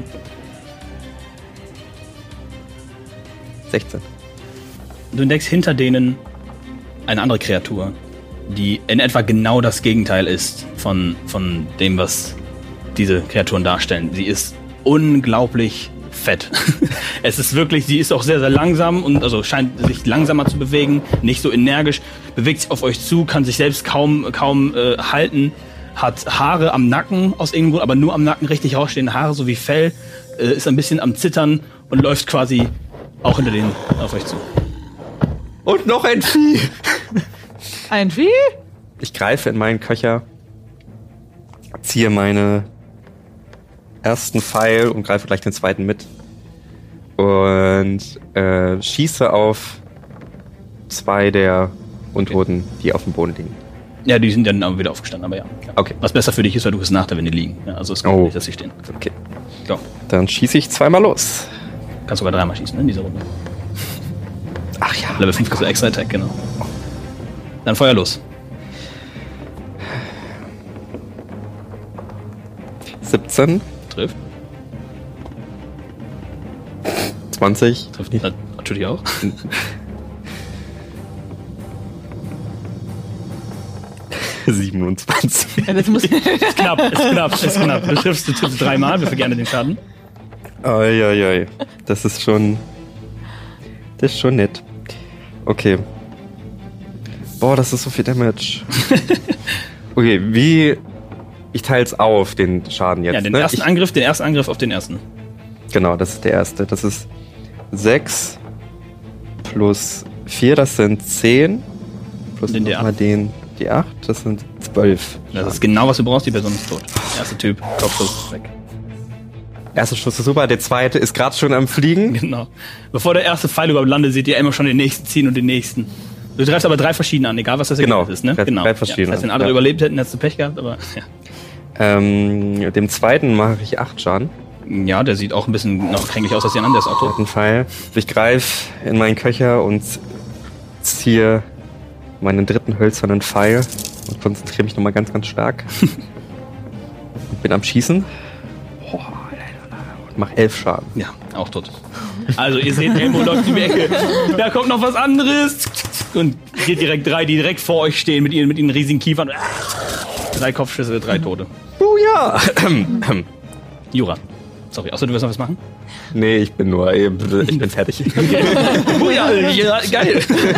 16. Du entdeckst hinter denen eine andere Kreatur, die in etwa genau das Gegenteil ist von dem, was diese Kreaturen darstellen. Sie ist unglaublich fett. Es ist wirklich, sie ist auch sehr, sehr langsam und also scheint sich langsamer zu bewegen, nicht so energisch, bewegt sich auf euch zu, kann sich selbst kaum halten. hat Haare am Nacken aus irgendeinem Grund, aber nur am Nacken richtig rausstehende Haare, so wie Fell, ist ein bisschen am Zittern und läuft quasi auch hinter denen auf euch zu. Und noch ein Vieh. Ein Vieh? Ich greife in meinen Köcher, ziehe meine ersten Pfeil und greife gleich den zweiten mit. Und schieße auf 2 der Untoten, die auf dem Boden liegen. Ja, die sind dann aber wieder aufgestanden, aber ja. Okay. Was besser für dich ist, weil du bist nach der, wenn die liegen. Ja, also es geht nicht, dass sie stehen. Okay. Go. Dann schieße ich 2-mal los. Kannst sogar 3-mal schießen, ne, in dieser Runde. Ach ja. Level 5 kriegst du extra Attack, genau. Dann Feuer los. 17. Trifft. 20. Trifft natürlich auch. 27. Ja, das muss Ist knapp. Du triffst 3-mal, wir vergerne den Schaden. Eieiei. Das ist schon nett. Okay. Boah, das ist so viel Damage. Okay, ich teil's auf, den Schaden jetzt. Ja, den ne? ersten Angriff auf den ersten. Genau, das ist der erste. Das ist 6 plus 4, das sind 10. Plus Den nochmal D8. die 8, das sind 12. Das ist genau, was du brauchst, die Person ist tot. Erster Typ, Kopfschuss, weg. Erster Schuss ist super, der zweite ist gerade schon am Fliegen. Genau. Bevor der erste Pfeil überhaupt landet, seht ihr immer schon den nächsten ziehen und den nächsten. Du treffst aber 3 verschiedene an, egal was das Genau, Ergebnis ist, ne? drei verschiedene. Ja, das heißt, wenn andere überlebt hätten, hättest du Pech gehabt, aber ja. Dem zweiten mache ich 8 Schaden. Ja, der sieht auch ein bisschen noch kränklich aus als die anderen, der ist auch tot. Ein Pfeil. Ich greife in meinen Köcher und ziehe meinen dritten hölzernen Pfeil und konzentriere mich nochmal ganz, ganz stark. Und bin am Schießen. Und mache 11 Schaden. Ja, auch tot. Also ihr seht, Elmo läuft in die Ecke. Da kommt noch was anderes. Und geht direkt 3, die direkt vor euch stehen mit ihren riesigen Kiefern. 3 Kopfschüsse, 3 Tote. Oh ja! Jura. Sorry, außer du willst noch was machen? Nee, ich bin fertig. Oh ja, geil.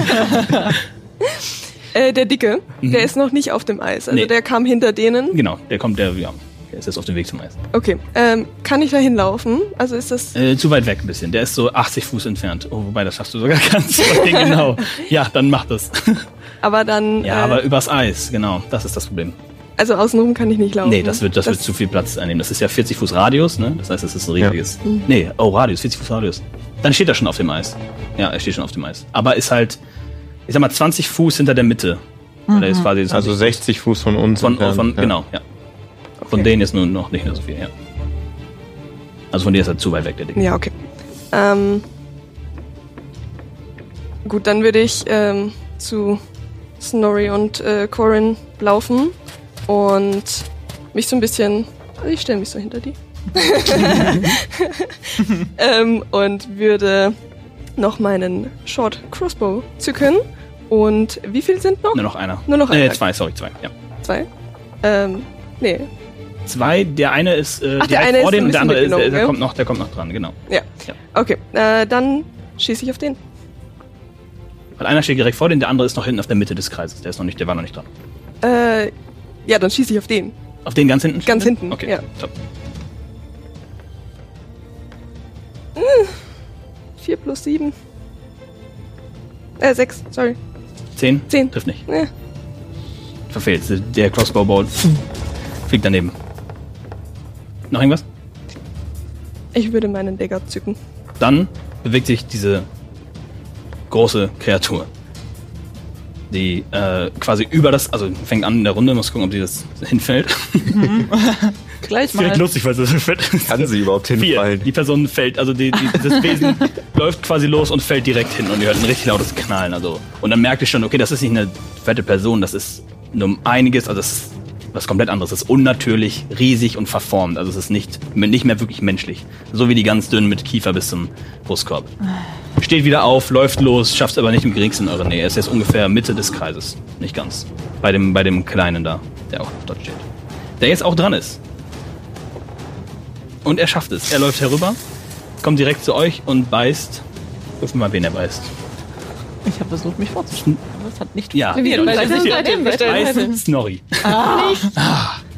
Der Dicke, der ist noch nicht auf dem Eis. Also Nee. der kam hinter denen. Genau, der ist jetzt auf dem Weg zum Eis. Okay, kann ich da hinlaufen? Also ist das... Zu weit weg ein bisschen. Der ist so 80 Fuß entfernt. Oh, wobei, das schaffst du sogar ganz genau. Ja, dann mach das. Aber dann... Ja, aber übers Eis, genau. Das ist das Problem. Also außenrum kann ich nicht laufen. Nee, das wird zu viel Platz einnehmen. Das ist ja 40 Fuß Radius, ne? Das heißt, das ist ein riesiges... Ja. Nee, Radius, 40 Fuß Radius. Dann steht er schon auf dem Eis. Ja, er steht schon auf dem Eis. Aber ist halt, ich sag mal, 20 Fuß hinter der Mitte. Oder ist quasi Also 60 Fuß von uns. Genau, ja. Von denen ist nur noch nicht mehr so viel, ja. Also von dir ist er zu weit weg, der Ding. Ja, okay. Gut, dann würde ich zu Snorri und Corin laufen und mich so ein bisschen... Also ich stelle mich so hinter die. Und würde noch meinen Short Crossbow zücken. Und wie viel sind noch? Nur noch einer. Nur noch einer. 2, ja. 2? Nee. 2, der eine ist der direkt eine vor ist dem ein und der andere bisschen ist, der mitgenommen, kommt noch dran, genau. Ja. Okay, dann schieße ich auf den. Weil einer steht direkt vor dem, der andere ist noch hinten auf der Mitte des Kreises. Der war noch nicht dran. Ja, dann schieße ich auf den. Auf den ganz hinten? Ganz hinten, Okay, ja. top. 4 plus 7. 6, sorry. 10? 10. Trifft nicht. Ja. Verfehlt. Der Crossbow-Bolt fliegt daneben. Noch irgendwas? Ich würde meinen Dagger zücken. Dann bewegt sich diese große Kreatur, die quasi über das, also fängt an in der Runde, muss gucken, ob die das hinfällt. Gleich Direkt mal. lustig, weil sie so fett ist. Kann sie überhaupt 4. hinfallen? Die Person fällt, also das Wesen läuft quasi los und fällt direkt hin und ihr hört ein richtig lautes Knallen. Also. Und dann merkt ihr schon, okay, das ist nicht eine fette Person, das ist nur um einiges, also das ist was komplett anderes. Das ist unnatürlich, riesig und verformt. Also es ist nicht mehr wirklich menschlich. So wie die ganz dünnen mit Kiefer bis zum Brustkorb. Steht wieder auf, läuft los, schafft es aber nicht im geringsten in eurer Nähe. Er ist jetzt ungefähr Mitte des Kreises. Nicht ganz. Bei dem Kleinen da, der auch dort steht. Der jetzt auch dran ist. Und er schafft es. Er läuft herüber, kommt direkt zu euch und beißt. Prüfen wir mal, wen er beißt. Ich habe versucht, mich vorzustellen, aber es hat nicht Ja. funktioniert. Wie, Weil seid es ihr ist Snorri? Beißt Snorri.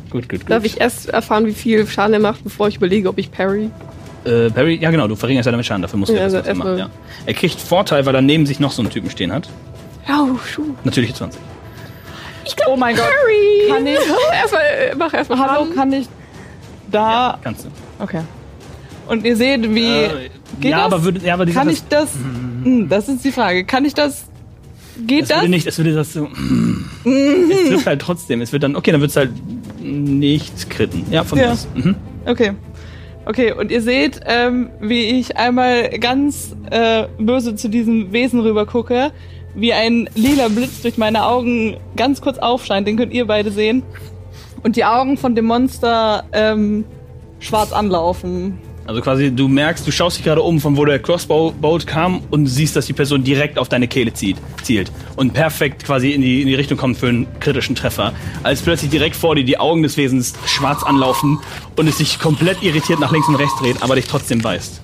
Gut. Darf ich erst erfahren, wie viel Schaden er macht, bevor ich überlege, ob ich parry? Parry, ja genau, du verringerst ja damit Schaden, dafür musst du Ja, ja, also was machen. erstmal- Ja. Er kriegt Vorteil, weil er neben sich noch so einen Typen stehen hat. Oh, Schuh. Natürliche 20. Oh mein Gott. Parry! Kann ich? Mach erstmal Hallo, Schaden. kann ich da... Kannst du. Okay. Und ihr seht, wie... Geht ja, das? aber die Kann Sache ich das... Das ist die Frage. Kann ich das... Geht Es das? würde nicht, es würde das so. Es trifft halt trotzdem. Es wird dann, okay, dann wird es halt nicht kritten. Ja, von Ja. mir aus. Mhm. Okay. Okay, und ihr seht, wie ich einmal ganz böse zu diesem Wesen rüber gucke, wie ein lila Blitz durch meine Augen ganz kurz aufscheint, den könnt ihr beide sehen. Und die Augen von dem Monster schwarz anlaufen. Also quasi, du merkst, du schaust dich gerade um, von wo der Crossbow-Bolt kam und siehst, dass die Person direkt auf deine Kehle zielt. Und perfekt quasi in die Richtung kommt für einen kritischen Treffer. Als plötzlich direkt vor dir die Augen des Wesens schwarz anlaufen und es sich komplett irritiert nach links und rechts dreht, aber dich trotzdem beißt.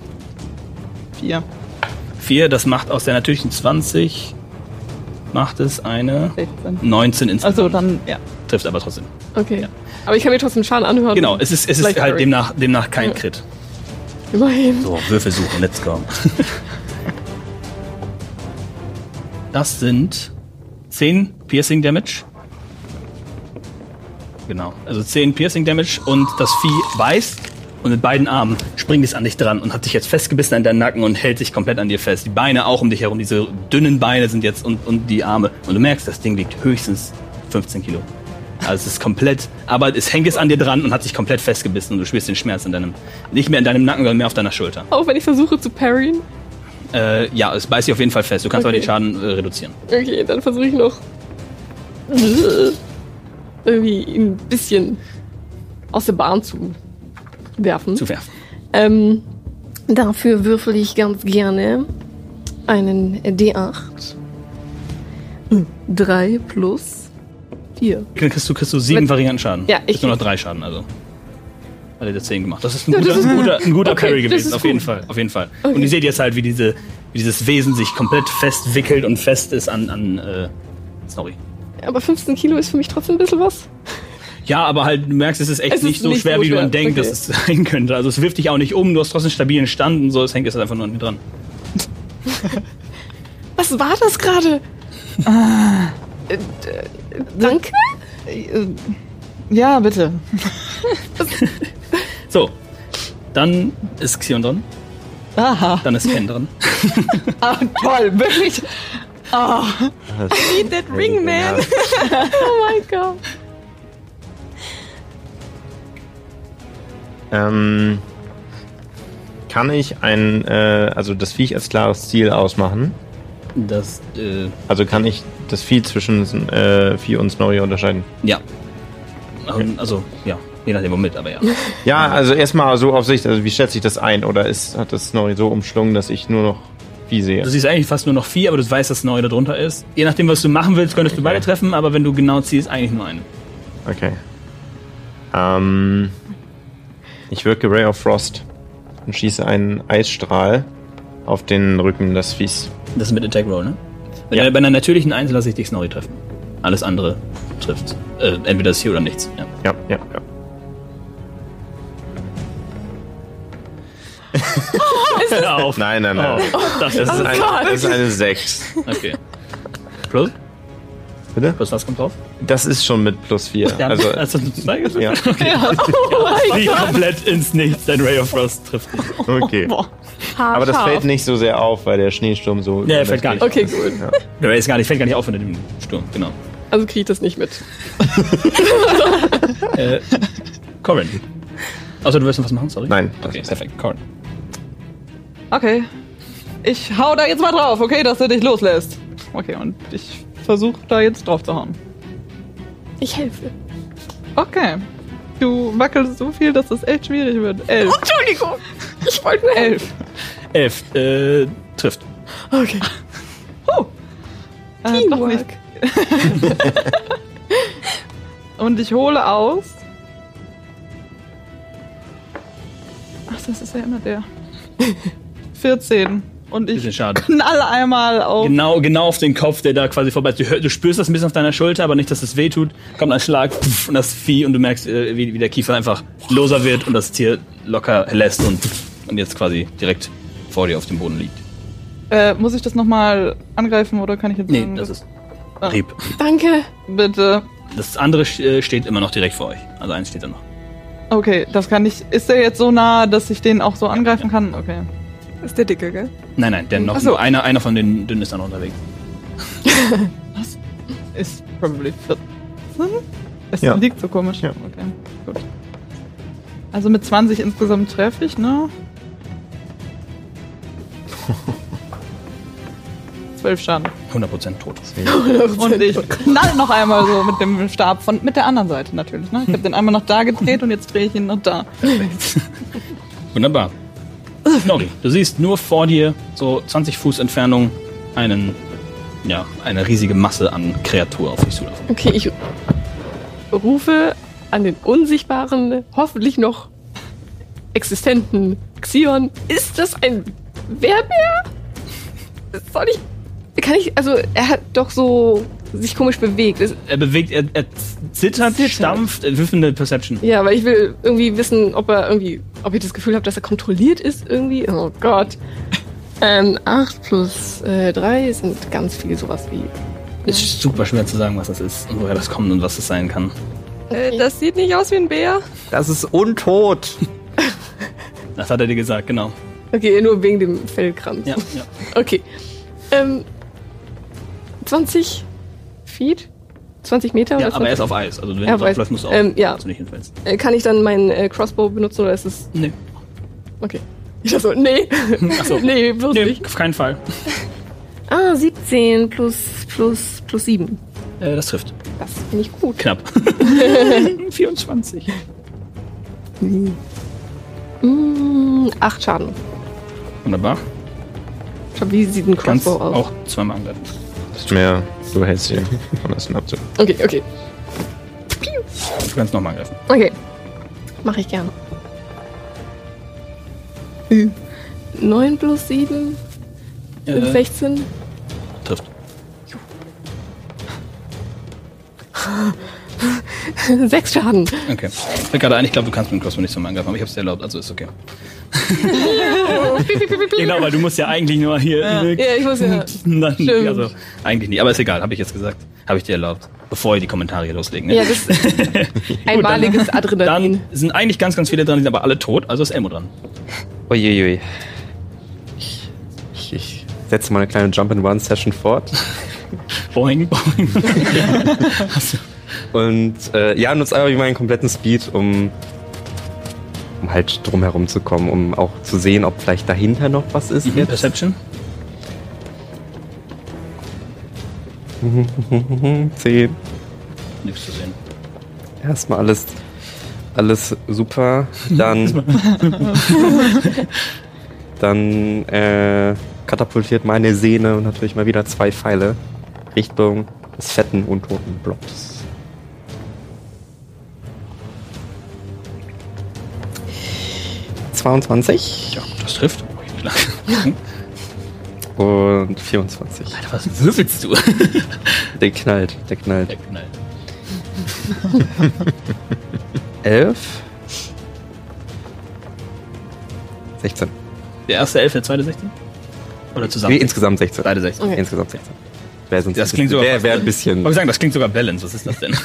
4, das macht aus der natürlichen 20, macht es eine 16. 19 insgesamt. Also dann, ja. Trifft aber trotzdem. Okay. Ja. Aber ich kann mir trotzdem Schaden anhören. Genau, es ist Vielleicht halt Parry. demnach kein Crit. Immerhin. So, Würfel suchen, let's go. Das sind 10 Piercing Damage. Genau, also 10 Piercing Damage und das Vieh beißt und mit beiden Armen springt es an dich dran und hat dich jetzt festgebissen an deinen Nacken und hält sich komplett an dir fest. Die Beine auch um dich herum, diese dünnen Beine sind jetzt und die Arme. Und du merkst, das Ding wiegt höchstens 15 Kilo. Also es ist komplett, aber es hängt es an dir dran und hat sich komplett festgebissen und du spürst den Schmerz in deinem, nicht mehr in deinem Nacken, sondern mehr auf deiner Schulter. Auch wenn ich versuche zu parryen. Ja, es beißt sich auf jeden Fall fest. Du kannst aber Okay. den Schaden reduzieren. Okay, dann versuche ich noch irgendwie ihn ein bisschen aus der Bahn zu werfen. Zu werfen. Dafür würfel ich ganz gerne einen D8. 3 plus 4. Kriegst du 7 varianten Schaden. Ja, ich Ist nur noch 3 Schaden, also. Hat er jetzt 10 gemacht. Das ist ein Ja, guter, das ist gut. ein guter Okay, Parry das gewesen, ist auf gut. jeden Fall. Auf jeden Fall. Okay. Und ihr seht jetzt halt, wie dieses Wesen sich komplett festwickelt und fest ist an sorry. Aber 15 Kilo ist für mich trotzdem ein bisschen was. Ja, aber halt, du merkst, es ist echt Es ist nicht so nicht schwer, so wie du schwer. an denkst, Okay. dass es sein könnte. Also es wirft dich auch nicht um, du hast trotzdem einen stabilen Stand und so, es hängt jetzt einfach nur an dir dran. Was war das gerade? Danke? Ja, bitte. So, dann ist Xion dran, Aha. dann ist Ken dran. Ah, toll, wirklich. Need that ring, man. Oh mein Gott. Kann ich also das Viech als klares Ziel ausmachen? Das, Also kann ich das Vieh zwischen Vieh und Snorri unterscheiden? ja. Also, ja, je nachdem womit, aber ja. Ja, also erstmal so auf Sicht, also wie schätze ich das ein? Oder hat das Snorri so umschlungen, dass ich nur noch Vieh sehe? Du siehst eigentlich fast nur noch 4, aber du weißt, dass neu da drunter ist. Je nachdem, was du machen willst, könntest du beide treffen, aber wenn du genau ziehst, eigentlich nur einen. Okay. Ich wirke Ray of Frost und schieße einen Eisstrahl auf den Rücken des Viehs. Das ist mit Attack Roll, ne? Ja. Bei einer natürlichen 1 lasse ich dich Snorri treffen. Alles andere trifft. Entweder das hier oder nichts. Ja. Ja. Hör auf. Nein. Oh, das ist Das ist eine 6. okay. Plus? Bitte? Plus was kommt drauf? Das ist schon mit plus 4. Ja, Also, hast du 2 getroffen? ja. Fliegt komplett ins Nichts. Dein Ray of Frost trifft dich. Okay. Aber das fällt nicht so sehr auf, weil der Schneesturm so... Ja, fällt gar nicht. Okay, gut. Der Ray fällt gar nicht auf unter dem Sturm, genau. Also kriege ich das nicht mit. Corin. Also du willst noch was machen, sorry? Nein. Okay, perfekt. Corin. Okay. Ich hau da jetzt mal drauf, okay, dass du dich loslässt. Okay, und ich versuche da jetzt drauf zu hauen. Ich helfe. Okay. Du wackelst so viel, dass das echt schwierig wird. 11. Entschuldigung. Ich wollte nur helfen. 11. Trifft. Okay. Doch nicht. Teamwork. Und ich hole aus. Ach, das ist ja immer der. 14. Und ich Bisschen schade. knall einmal auf. Genau auf den Kopf, der da quasi vorbei ist. Du spürst das ein bisschen auf deiner Schulter, aber nicht, dass es weh tut. Kommt ein Schlag und das Vieh und du merkst, wie der Kiefer einfach loser wird und das Tier locker lässt und jetzt quasi direkt vor dir auf dem Boden liegt. Muss ich das nochmal angreifen oder kann ich jetzt sagen, Das ist Rieb. Danke. Bitte. Das andere steht immer noch direkt vor euch. Also eins steht da noch. Okay, das kann ich. Ist der jetzt so nah, dass ich den auch so angreifen kann? Okay. Das ist der Dicke, gell? Nein, der noch. Ach so. Nur einer von den dünnen ist da noch unterwegs. Was? Ist probably 14? Es Ja. liegt so komisch. Ja. Okay, gut. Also mit 20 insgesamt treffe ich, ne? 12 Schaden. 100% tot. Und ich knall noch einmal so mit dem Stab mit der anderen Seite natürlich, ne? Ich habe den einmal noch da gedreht und jetzt drehe ich ihn noch da. Wunderbar. Nori, du siehst nur vor dir, so 20 Fuß Entfernung, eine riesige Masse an Kreatur auf dich zulaufen. Okay, ich rufe an den unsichtbaren, hoffentlich noch existenten Xion. Ist das ein Werbär? Also er hat doch so sich komisch bewegt. Er bewegt, er zittert, stampft, wirf eine Perception. Ja, weil ich will irgendwie wissen, ob ich das Gefühl habe, dass er kontrolliert ist irgendwie. Oh Gott. 8 plus 3 sind ganz viel sowas wie... Ist super schwer zu sagen, was das ist und woher das kommt und was das sein kann. Das sieht nicht aus wie ein Bär. Das ist untot. Das hat er dir gesagt, genau. Okay, nur wegen dem Fellkranz. Ja. Okay. 20 Feet? 20 Meter? Ja, oder aber er ist 20? auf Eis. Also wenn Ja, du auf Eis. draufläufst, musst du auch, Ja. dass du nicht hinfällst. Kann ich dann meinen Crossbow benutzen oder ist es... Nee. Okay. Ich dachte so, nee. Achso. Nee, bloß Nee, nicht. auf keinen Fall. 17 plus 7. Das trifft. Das finde ich gut. Knapp. 24. 8 Schaden. Wunderbar. Schau, wie sieht ein Kannst Crossbow aus? auch zweimal angreifen. Ist mehr so hältst du von der Synapse. Okay. Du kannst nochmal angreifen. Okay. Mache ich gerne. 9 plus 7 sind 16. Trifft. 6 Schaden. Okay. Ich bin gerade ein, ich glaube, du kannst mit dem Crossbow nicht zweimal angreifen, aber ich habe es dir erlaubt, also ist okay. Genau, weil du musst ja eigentlich nur hier... Ja, ich muss ja. Dann, Stimmt. also, eigentlich nicht. Aber ist egal, habe ich jetzt gesagt. Habe ich dir erlaubt. Bevor ihr die Kommentare hier loslegen. Ne? Ja, das ist einmaliges Adrenalin. Dann sind eigentlich ganz, ganz viele dran, die sind aber alle tot, also ist Elmo dran. Uiuiui. Ich setze mal eine kleine Jump-and-Run-Session fort. Boing, boing. Und nutze einfach meinen kompletten Speed, um halt drum herum zu kommen, um auch zu sehen, ob vielleicht dahinter noch was ist. Jetzt. Perception? 10. Nichts zu sehen. Erstmal alles super. Dann katapultiert meine Sehne und natürlich mal wieder 2 Pfeile Richtung des fetten, untoten Blobs. Ja, Ja, das trifft. und 24. Alter, was würfelst du? Der knallt. Der knallt. 11. 16. Der erste 11, der zweite 16? Oder zusammen? Nee, insgesamt 16. Beide 16. Okay. Insgesamt 16. Wär sonst Das klingt sogar wär fast- ein bisschen. Ich sagen, das klingt sogar Balance. Was ist das denn?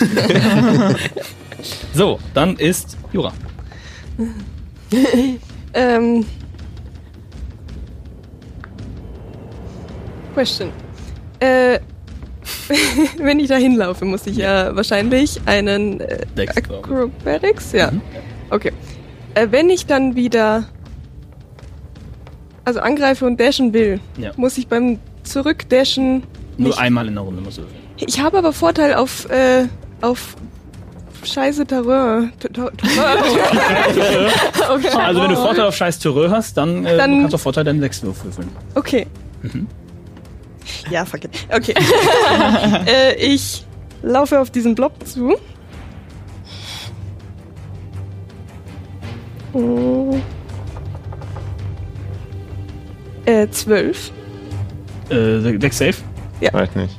So, dann ist Jura. Question. Wenn ich da hinlaufe, muss ich ja wahrscheinlich einen Dex, Acrobatics? Ja. Mhm. Okay. Wenn ich dann wieder angreife und dashen will, Ja. muss ich beim Zurückdashen Nur nicht... einmal in der Runde musst du würfeln. Ich habe aber Vorteil auf scheiße Terrain. Okay. Also wenn du Vorteil auf scheiß Terreur hast, dann kannst du auf Vorteil deinen Sechswurf würfeln. Okay. Ja, fuck it. Okay. Ich laufe auf diesen Blob zu. 12. Deck safe? Weiß nicht.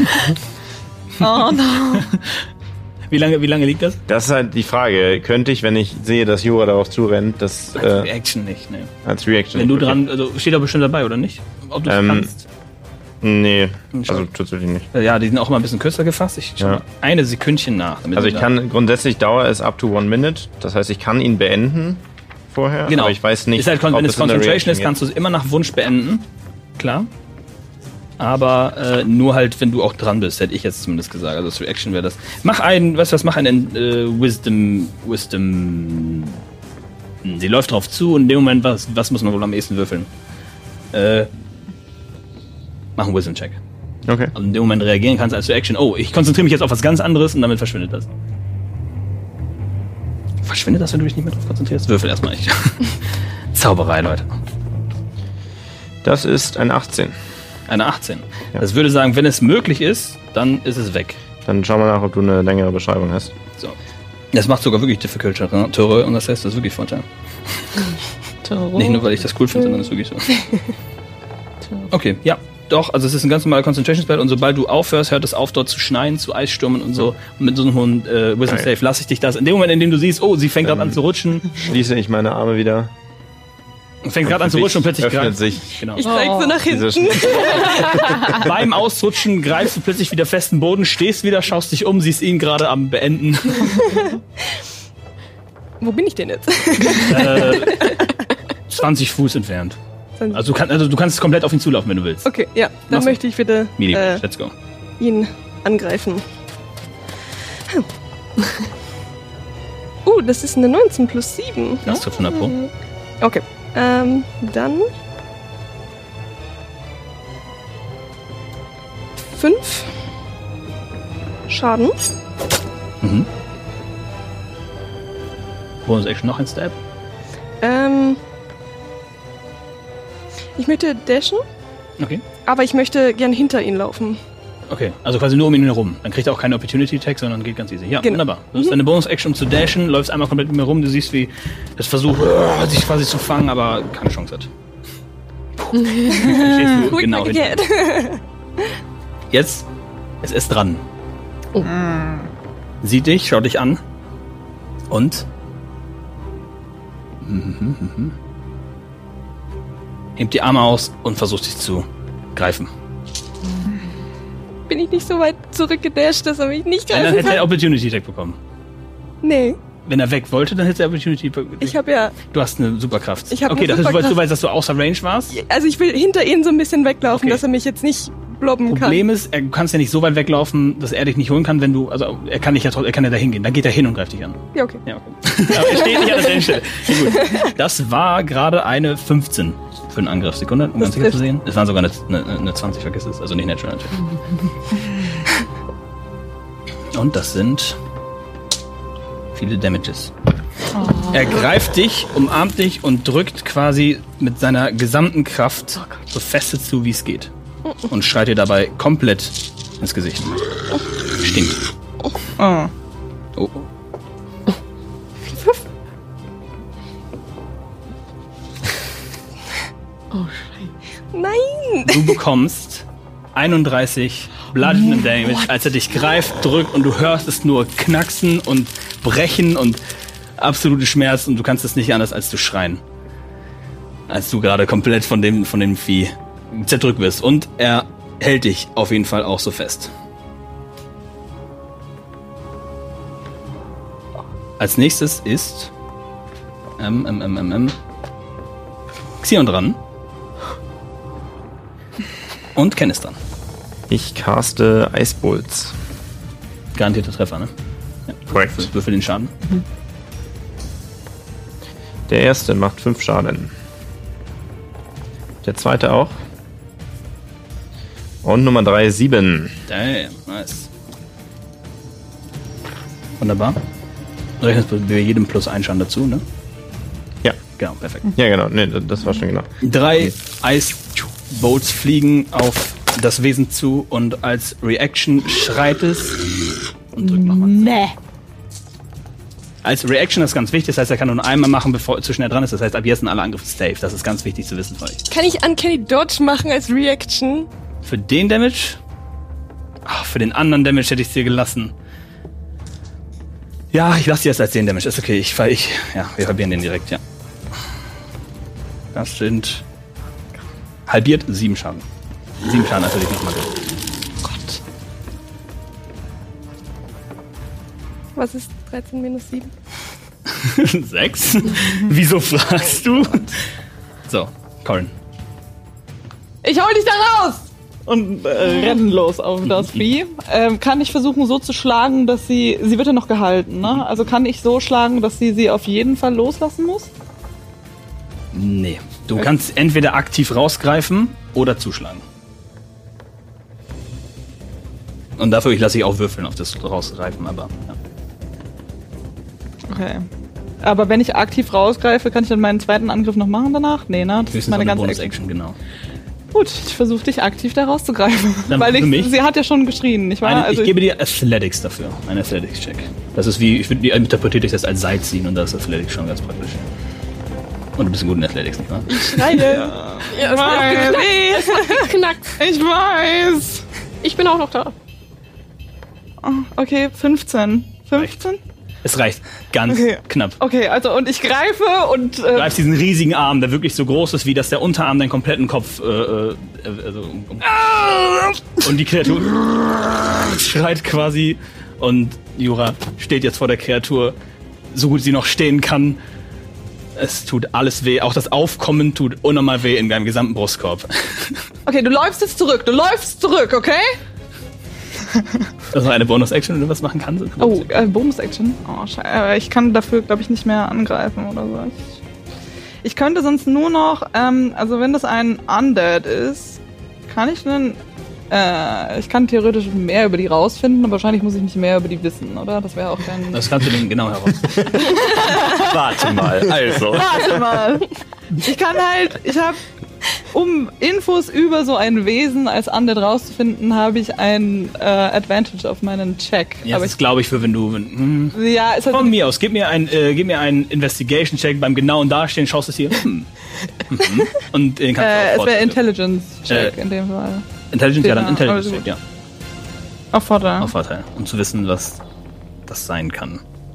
Oh no. Wie lange liegt das? Das ist halt die Frage. Könnte ich, wenn ich sehe, dass Jura darauf zurennt, das Als Reaction nicht, ne. als Reaction... Wenn du okay. dran, also steht da bestimmt dabei, oder nicht? Ob du das kannst. Nee, Schau. also tatsächlich nicht. Ja, die sind auch immer ein bisschen kürzer gefasst. Ich schau mal eine Sekündchen nach. damit Also du ich da- kann, grundsätzlich Dauer ist up to 1 minute. Das heißt, ich kann ihn beenden vorher, Genau. aber ich weiß nicht, Ist halt, wenn es in der Concentration Reaction ist, kannst du es immer nach Wunsch beenden. Klar. Aber nur halt, wenn du auch dran bist, hätte ich jetzt zumindest gesagt. Also das Reaction wäre das. Mach einen Wisdom. Sie läuft drauf zu und in dem Moment, was muss man wohl am ehesten würfeln? Mach einen Wisdom-Check. Okay. Also in dem Moment reagieren kannst als Reaction. Oh, ich konzentriere mich jetzt auf was ganz anderes und damit verschwindet das. Verschwindet das, wenn du dich nicht mehr drauf konzentrierst? Würfel erstmal nicht. Zauberei, Leute. Das ist ein 18. Eine 18. Ja. Das würde sagen, wenn es möglich ist, dann ist es weg. Dann schauen wir nach, ob du eine längere Beschreibung hast. So. Das macht sogar wirklich Difficult Terror und das heißt, das ist wirklich Vorteil. Nicht nur, weil ich das cool finde, sondern es ist wirklich so. Okay, ja. Doch, also es ist ein ganz normaler Concentration Spell und sobald du aufhörst, hört es auf, dort zu schneien, zu Eisstürmen und so. Und mit so einem hohen Wisdom Save lasse ich dich das. In dem Moment, in dem du siehst, oh, sie fängt gerade an zu rutschen. Schließe ich meine Arme wieder. Fängt gerade an zu rutschen und plötzlich öffnet sich Genau. Ich zeig so nach hinten. diese Beim Ausrutschen greifst du plötzlich wieder festen Boden, stehst wieder, schaust dich um, siehst ihn gerade am Beenden. Wo bin ich denn jetzt? 20 Fuß entfernt. Also du kannst komplett auf ihn zulaufen, wenn du willst. Okay, ja. Dann Mach's. möchte ich wieder Medium, let's go. ihn angreifen. Das ist eine 19 plus 7. Das trifft 100 Pro. Okay. Dann 5 Schaden. Mhm. Bonus Action noch ein Stab. Ich möchte dashen, Okay. aber ich möchte gern hinter ihn laufen. Okay, also quasi nur um ihn herum. Dann kriegt er auch keine Opportunity Attack, sondern geht ganz easy. Ja, Genau. wunderbar. Das ist deine Bonus-Action, um zu dashen, läufst einmal komplett mit mir rum, du siehst, wie das versucht, sich quasi zu fangen, aber keine Chance hat. Dann stehst du Quick genau like hinter. a cat. Jetzt ist es dran. Sieht dich, schaut dich an und hebt die Arme aus und versucht dich zu greifen. Bin ich nicht so weit zurückgedasht, dass er mich nicht Dann greifen hätte er kann? Opportunity Attack bekommen. Nee, Wenn er weg wollte, dann hätte er Opportunity Attack. ich habe ja... Du hast eine Superkraft. Ich hab okay, eine das ist, Superkraft. du weißt, dass du außer Range warst. Also ich will hinter ihn so ein bisschen weglaufen, Okay. dass er mich jetzt nicht blobben Problem ist, du kannst ja nicht so weit weglaufen, dass er dich nicht holen kann, wenn du, also er kann ja da hingehen. Dann geht er hin und greift dich an. kann. Ja, okay. Ja, okay. Aber er steht nicht an derselben Stelle. Ja, gut. Das war gerade eine 15 für einen Angriff. Sekunde, um ganz sicher zu trifft. sehen. Es waren sogar eine 20, vergiss es. Also nicht Natural natürlich. Und das sind viele Damages. Er greift dich, umarmt dich und drückt quasi mit seiner gesamten Kraft so feste zu, wie es geht. Und schreit dir dabei komplett ins Gesicht. Stinkt. Oh. Oh. Nein! Du bekommst 31 Bludgeoning Damage, als er dich greift, drückt und du hörst es nur knacksen und brechen und absolute Schmerz und du kannst es nicht anders als zu schreien. Als du gerade komplett von dem Vieh zerdrückt wirst. Und er hält dich auf jeden Fall auch so fest. Als nächstes ist Xion dran. Und Ken ist dran. Ich caste Eisbolts. Garantierter Treffer, ne? Ja. Korrekt. Würfel den Schaden. Der erste macht 5 Schaden. Der zweite auch. Und Nummer 3, 7. Damn, nice. Wunderbar. Du rechnest bei jedem plus 1 Schaden dazu, ne? Ja. Genau, perfekt. Ja, genau. Nee, das war schon genau. 3 Eisbolts fliegen auf das Wesen zu und als Reaction schreit es und drückt nochmal. Nee. Als Reaction ist ganz wichtig, das heißt, er kann nur einmal machen, bevor er zu schnell dran ist. Das heißt, ab jetzt sind alle Angriffe safe. Das ist ganz wichtig zu wissen für euch. Kann ich Uncanny Dodge machen als Reaction? Für den Damage? Ach, für den anderen Damage hätte ich es dir gelassen. Ja, ich lasse dir das als den Damage. Ist okay, wir halbieren den direkt, ja. Das sind halbiert 7 Schaden. 7 Schaden natürlich nochmal. Gott. Was ist 13 minus 7? 6? Wieso fragst du? So, Corin. Ich hol dich da raus! Und rennen los auf das Vieh. Kann ich versuchen, so zu schlagen, dass sie wird ja noch gehalten, ne? Also kann ich so schlagen, dass sie auf jeden Fall loslassen muss? Nee. Du kannst entweder aktiv rausgreifen oder zuschlagen. Und dafür lasse ich auch würfeln auf das Rausgreifen, aber ja. Okay. Aber wenn ich aktiv rausgreife, kann ich dann meinen zweiten Angriff noch machen danach? Nee, ne? Das ist meine ganze Bonus-Action, genau. Gut, ich versuche dich aktiv da rauszugreifen. Weil sie hat ja schon geschrien, nicht wahr? Ich gebe dir Athletics dafür. Einen Athletics-Check. Das ist interpretiere ich das als Seil ziehen und das ist Athletics schon ganz praktisch. Und du bist gut in Athletics, nicht wahr? Ich schreie. Ja, es wird geknackt. Ich weiß. Ich bin auch noch da. Okay, 15. 15? Es reicht ganz knapp. Okay, also und ich greife und... Du greifst diesen riesigen Arm, der wirklich so groß ist, wie dass der Unterarm deinen kompletten Kopf... und die Kreatur schreit quasi und Jura steht jetzt vor der Kreatur, so gut sie noch stehen kann. Es tut alles weh, auch das Aufkommen tut unnormal weh in deinem gesamten Brustkorb. Okay, du läufst jetzt zurück, okay? Das ist eine Bonus-Action, wenn du was machen kannst. Oh, Bonus-Action? Oh, scheiße. Ich kann dafür, glaube ich, nicht mehr angreifen oder so. Ich könnte sonst nur noch, also wenn das ein Undead ist, kann ich dann, ich kann theoretisch mehr über die rausfinden, aber wahrscheinlich muss ich nicht mehr über die wissen, oder? Das wäre auch kein... Das kannst du dann genau herausfinden. Warte mal. Ich kann halt, um Infos über so ein Wesen als Undead rauszufinden, habe ich ein Advantage auf meinen Check. Ja, aber das glaube ich für wenn du... Ja, ist halt von mir aus, gib mir einen Investigation-Check beim genauen Dastehen, schaust es hier. Und den kannst du auch es wäre Intelligence-Check in dem Fall. Intelligence, ja, dann Intelligence-Check, ja. Auf Vorteil. Auf Vorteil, um zu wissen, was das sein kann.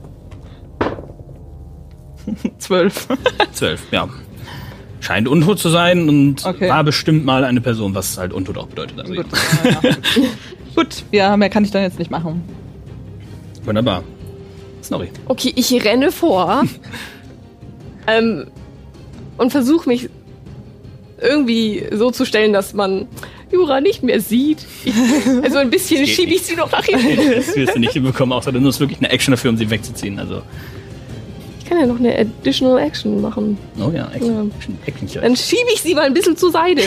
12. 12, ja. Scheint untot zu sein und war bestimmt mal eine Person, was halt untot auch bedeutet. Also gut, gut, ja, mehr kann ich dann jetzt nicht machen. Wunderbar. Snorri. Okay, ich renne vor und versuche mich irgendwie so zu stellen, dass man Jura nicht mehr sieht. Also ein bisschen schiebe ich sie noch nach hinten. Das wirst du nicht hinbekommen, außer du nutzt wirklich eine Action dafür, um sie wegzuziehen. Also ich kann ja noch eine Additional Action machen. Oh ja, Action. Dann schiebe ich sie mal ein bisschen zur Seite.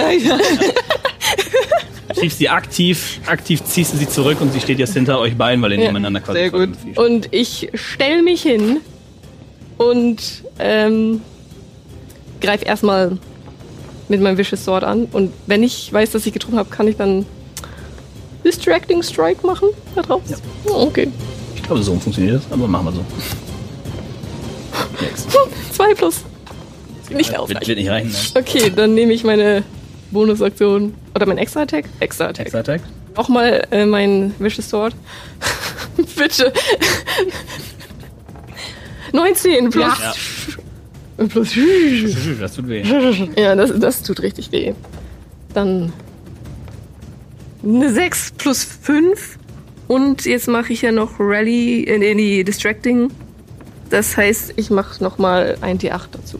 Schiebst sie aktiv ziehst du sie zurück und sie steht jetzt hinter euch beiden, weil ihr nebeneinander quasi... Sehr gut. Und ich stelle mich hin und greife erstmal mit meinem Vicious Sword an. Und wenn ich weiß, dass ich getroffen habe, kann ich dann Distracting Strike machen da drauf? Ja. Oh, okay. Ich glaube, so funktioniert das, aber machen wir so. 2 plus. Nicht ausreichend. Wird nicht reichen, ne? Okay, dann nehme ich meine Bonusaktion. Oder mein Extra-Attack? Extra-Attack. Auch mal mein Vicious Sword. Bitte. 19 plus. Ja. Plus. Das tut weh. Ja, das tut richtig weh. Dann eine 6 plus 5. Und jetzt mache ich ja noch Rally in die Distracting. Das heißt, ich mache nochmal ein D8 dazu.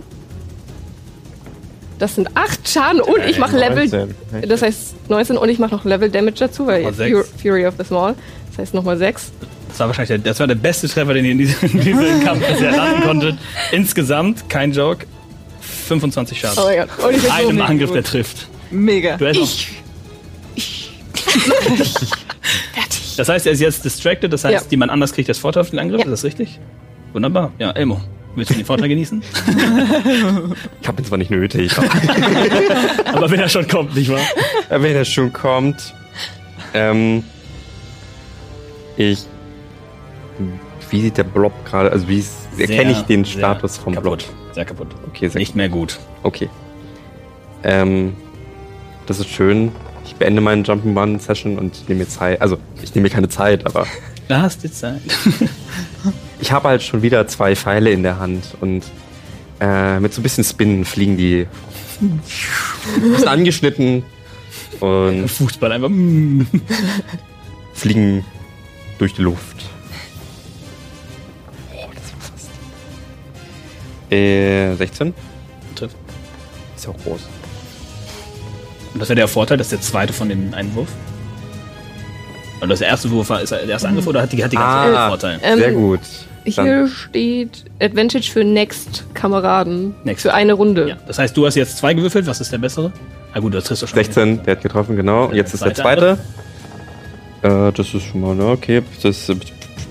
Das sind 8 Schaden und ich mache Level... 19. Das heißt 19 und ich mache noch Level Damage dazu, weil Fury of the Small. Das heißt nochmal 6. Das war wahrscheinlich der beste Treffer, den ihr in diesem Kampf bisher landen konntet. Insgesamt, kein Joke, 25 Schaden. Oh mein Gott. Und ich bin Einem so Angriff, der trifft. Mega. Du Fertig. Das heißt, er ist jetzt distracted, das heißt, jemand anders kriegt das Vorteil auf den Angriff, ist das richtig? Wunderbar. Ja, Elmo, willst du den Vorteil genießen? Ich habe ihn zwar nicht nötig. Aber wenn er schon kommt, nicht wahr? Wenn er schon kommt, ich Wie sieht der Blob gerade, also erkenne ich den Status vom Blob? Sehr kaputt. Okay, sehr Nicht mehr gut. Okay. Das ist schön. Ich beende meine Jump'n'Run-Session und nehme mir Zeit. Also, ich nehme mir keine Zeit, aber... Da hast du Zeit. Ich habe halt schon wieder 2 Pfeile in der Hand und mit so ein bisschen Spinnen fliegen die ein bisschen angeschnitten und Fußball einfach. fliegen durch die Luft. Oh, das war fast. 16? Trifft. Ist ja auch groß. Und das wäre der Vorteil, dass der zweite von dem Einwurf. Und das erste Wurf war, ist der erste Angriff oder hat die ganze Zeit Vorteil? Sehr gut. Hier steht Advantage für Next-Kameraden. Next. Für eine Runde. Ja. Das heißt, du hast jetzt 2 gewürfelt. Was ist der bessere? Ah gut, das triffst du schon. 16, der hat getroffen, genau. Jetzt ist der zweite. Das ist schon mal, okay. Das ist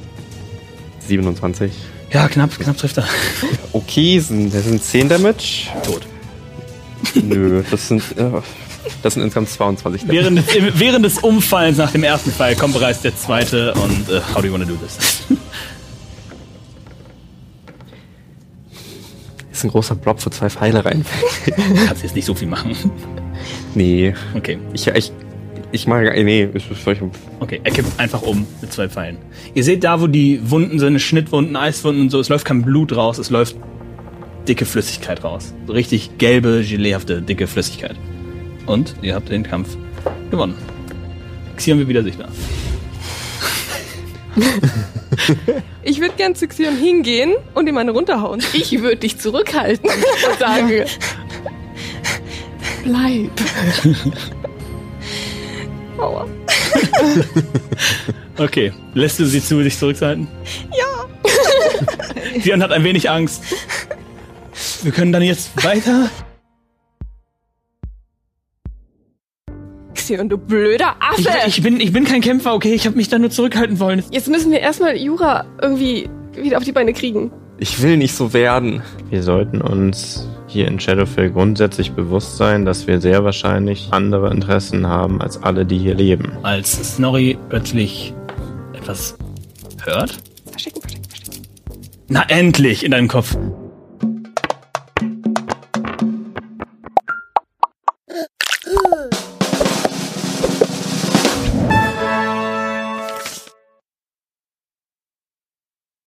27. Ja, knapp trifft er. Okay, das sind 10 Damage. Tot. Nö, das sind insgesamt 22 Damage. Während des Umfallens nach dem ersten Pfeil kommt bereits der zweite und how do you wanna do this? Ist ein großer Blob, wo 2 Pfeile rein. Kannst jetzt nicht so viel machen. Nee. Okay. Ich mag, nee, ist völlig. Okay, er kippt einfach um mit 2 Pfeilen. Ihr seht da, wo die Wunden sind, Schnittwunden, Eiswunden und so, es läuft kein Blut raus, es läuft dicke Flüssigkeit raus. So richtig gelbe, geleehafte, dicke Flüssigkeit. Und ihr habt den Kampf gewonnen. Xion wird wieder sichtbar. Ich würde gern zu Xion hingehen und ihm eine runterhauen. Ich würde dich zurückhalten und sagen, bleib. Aua. Okay, lässt du sie zu, sich zurückhalten? Ja. Xion hat ein wenig Angst. Wir können dann jetzt weiter. Xion, du blöder Affe! Ich bin kein Kämpfer, okay? Ich habe mich da nur zurückhalten wollen. Jetzt müssen wir erstmal Jura irgendwie wieder auf die Beine kriegen. Ich will nicht so werden. Wir sollten uns hier in Shadowfell grundsätzlich bewusst sein, dass wir sehr wahrscheinlich andere Interessen haben als alle, die hier leben. Als Snorri plötzlich etwas hört. Verstecken. Na endlich in deinem Kopf.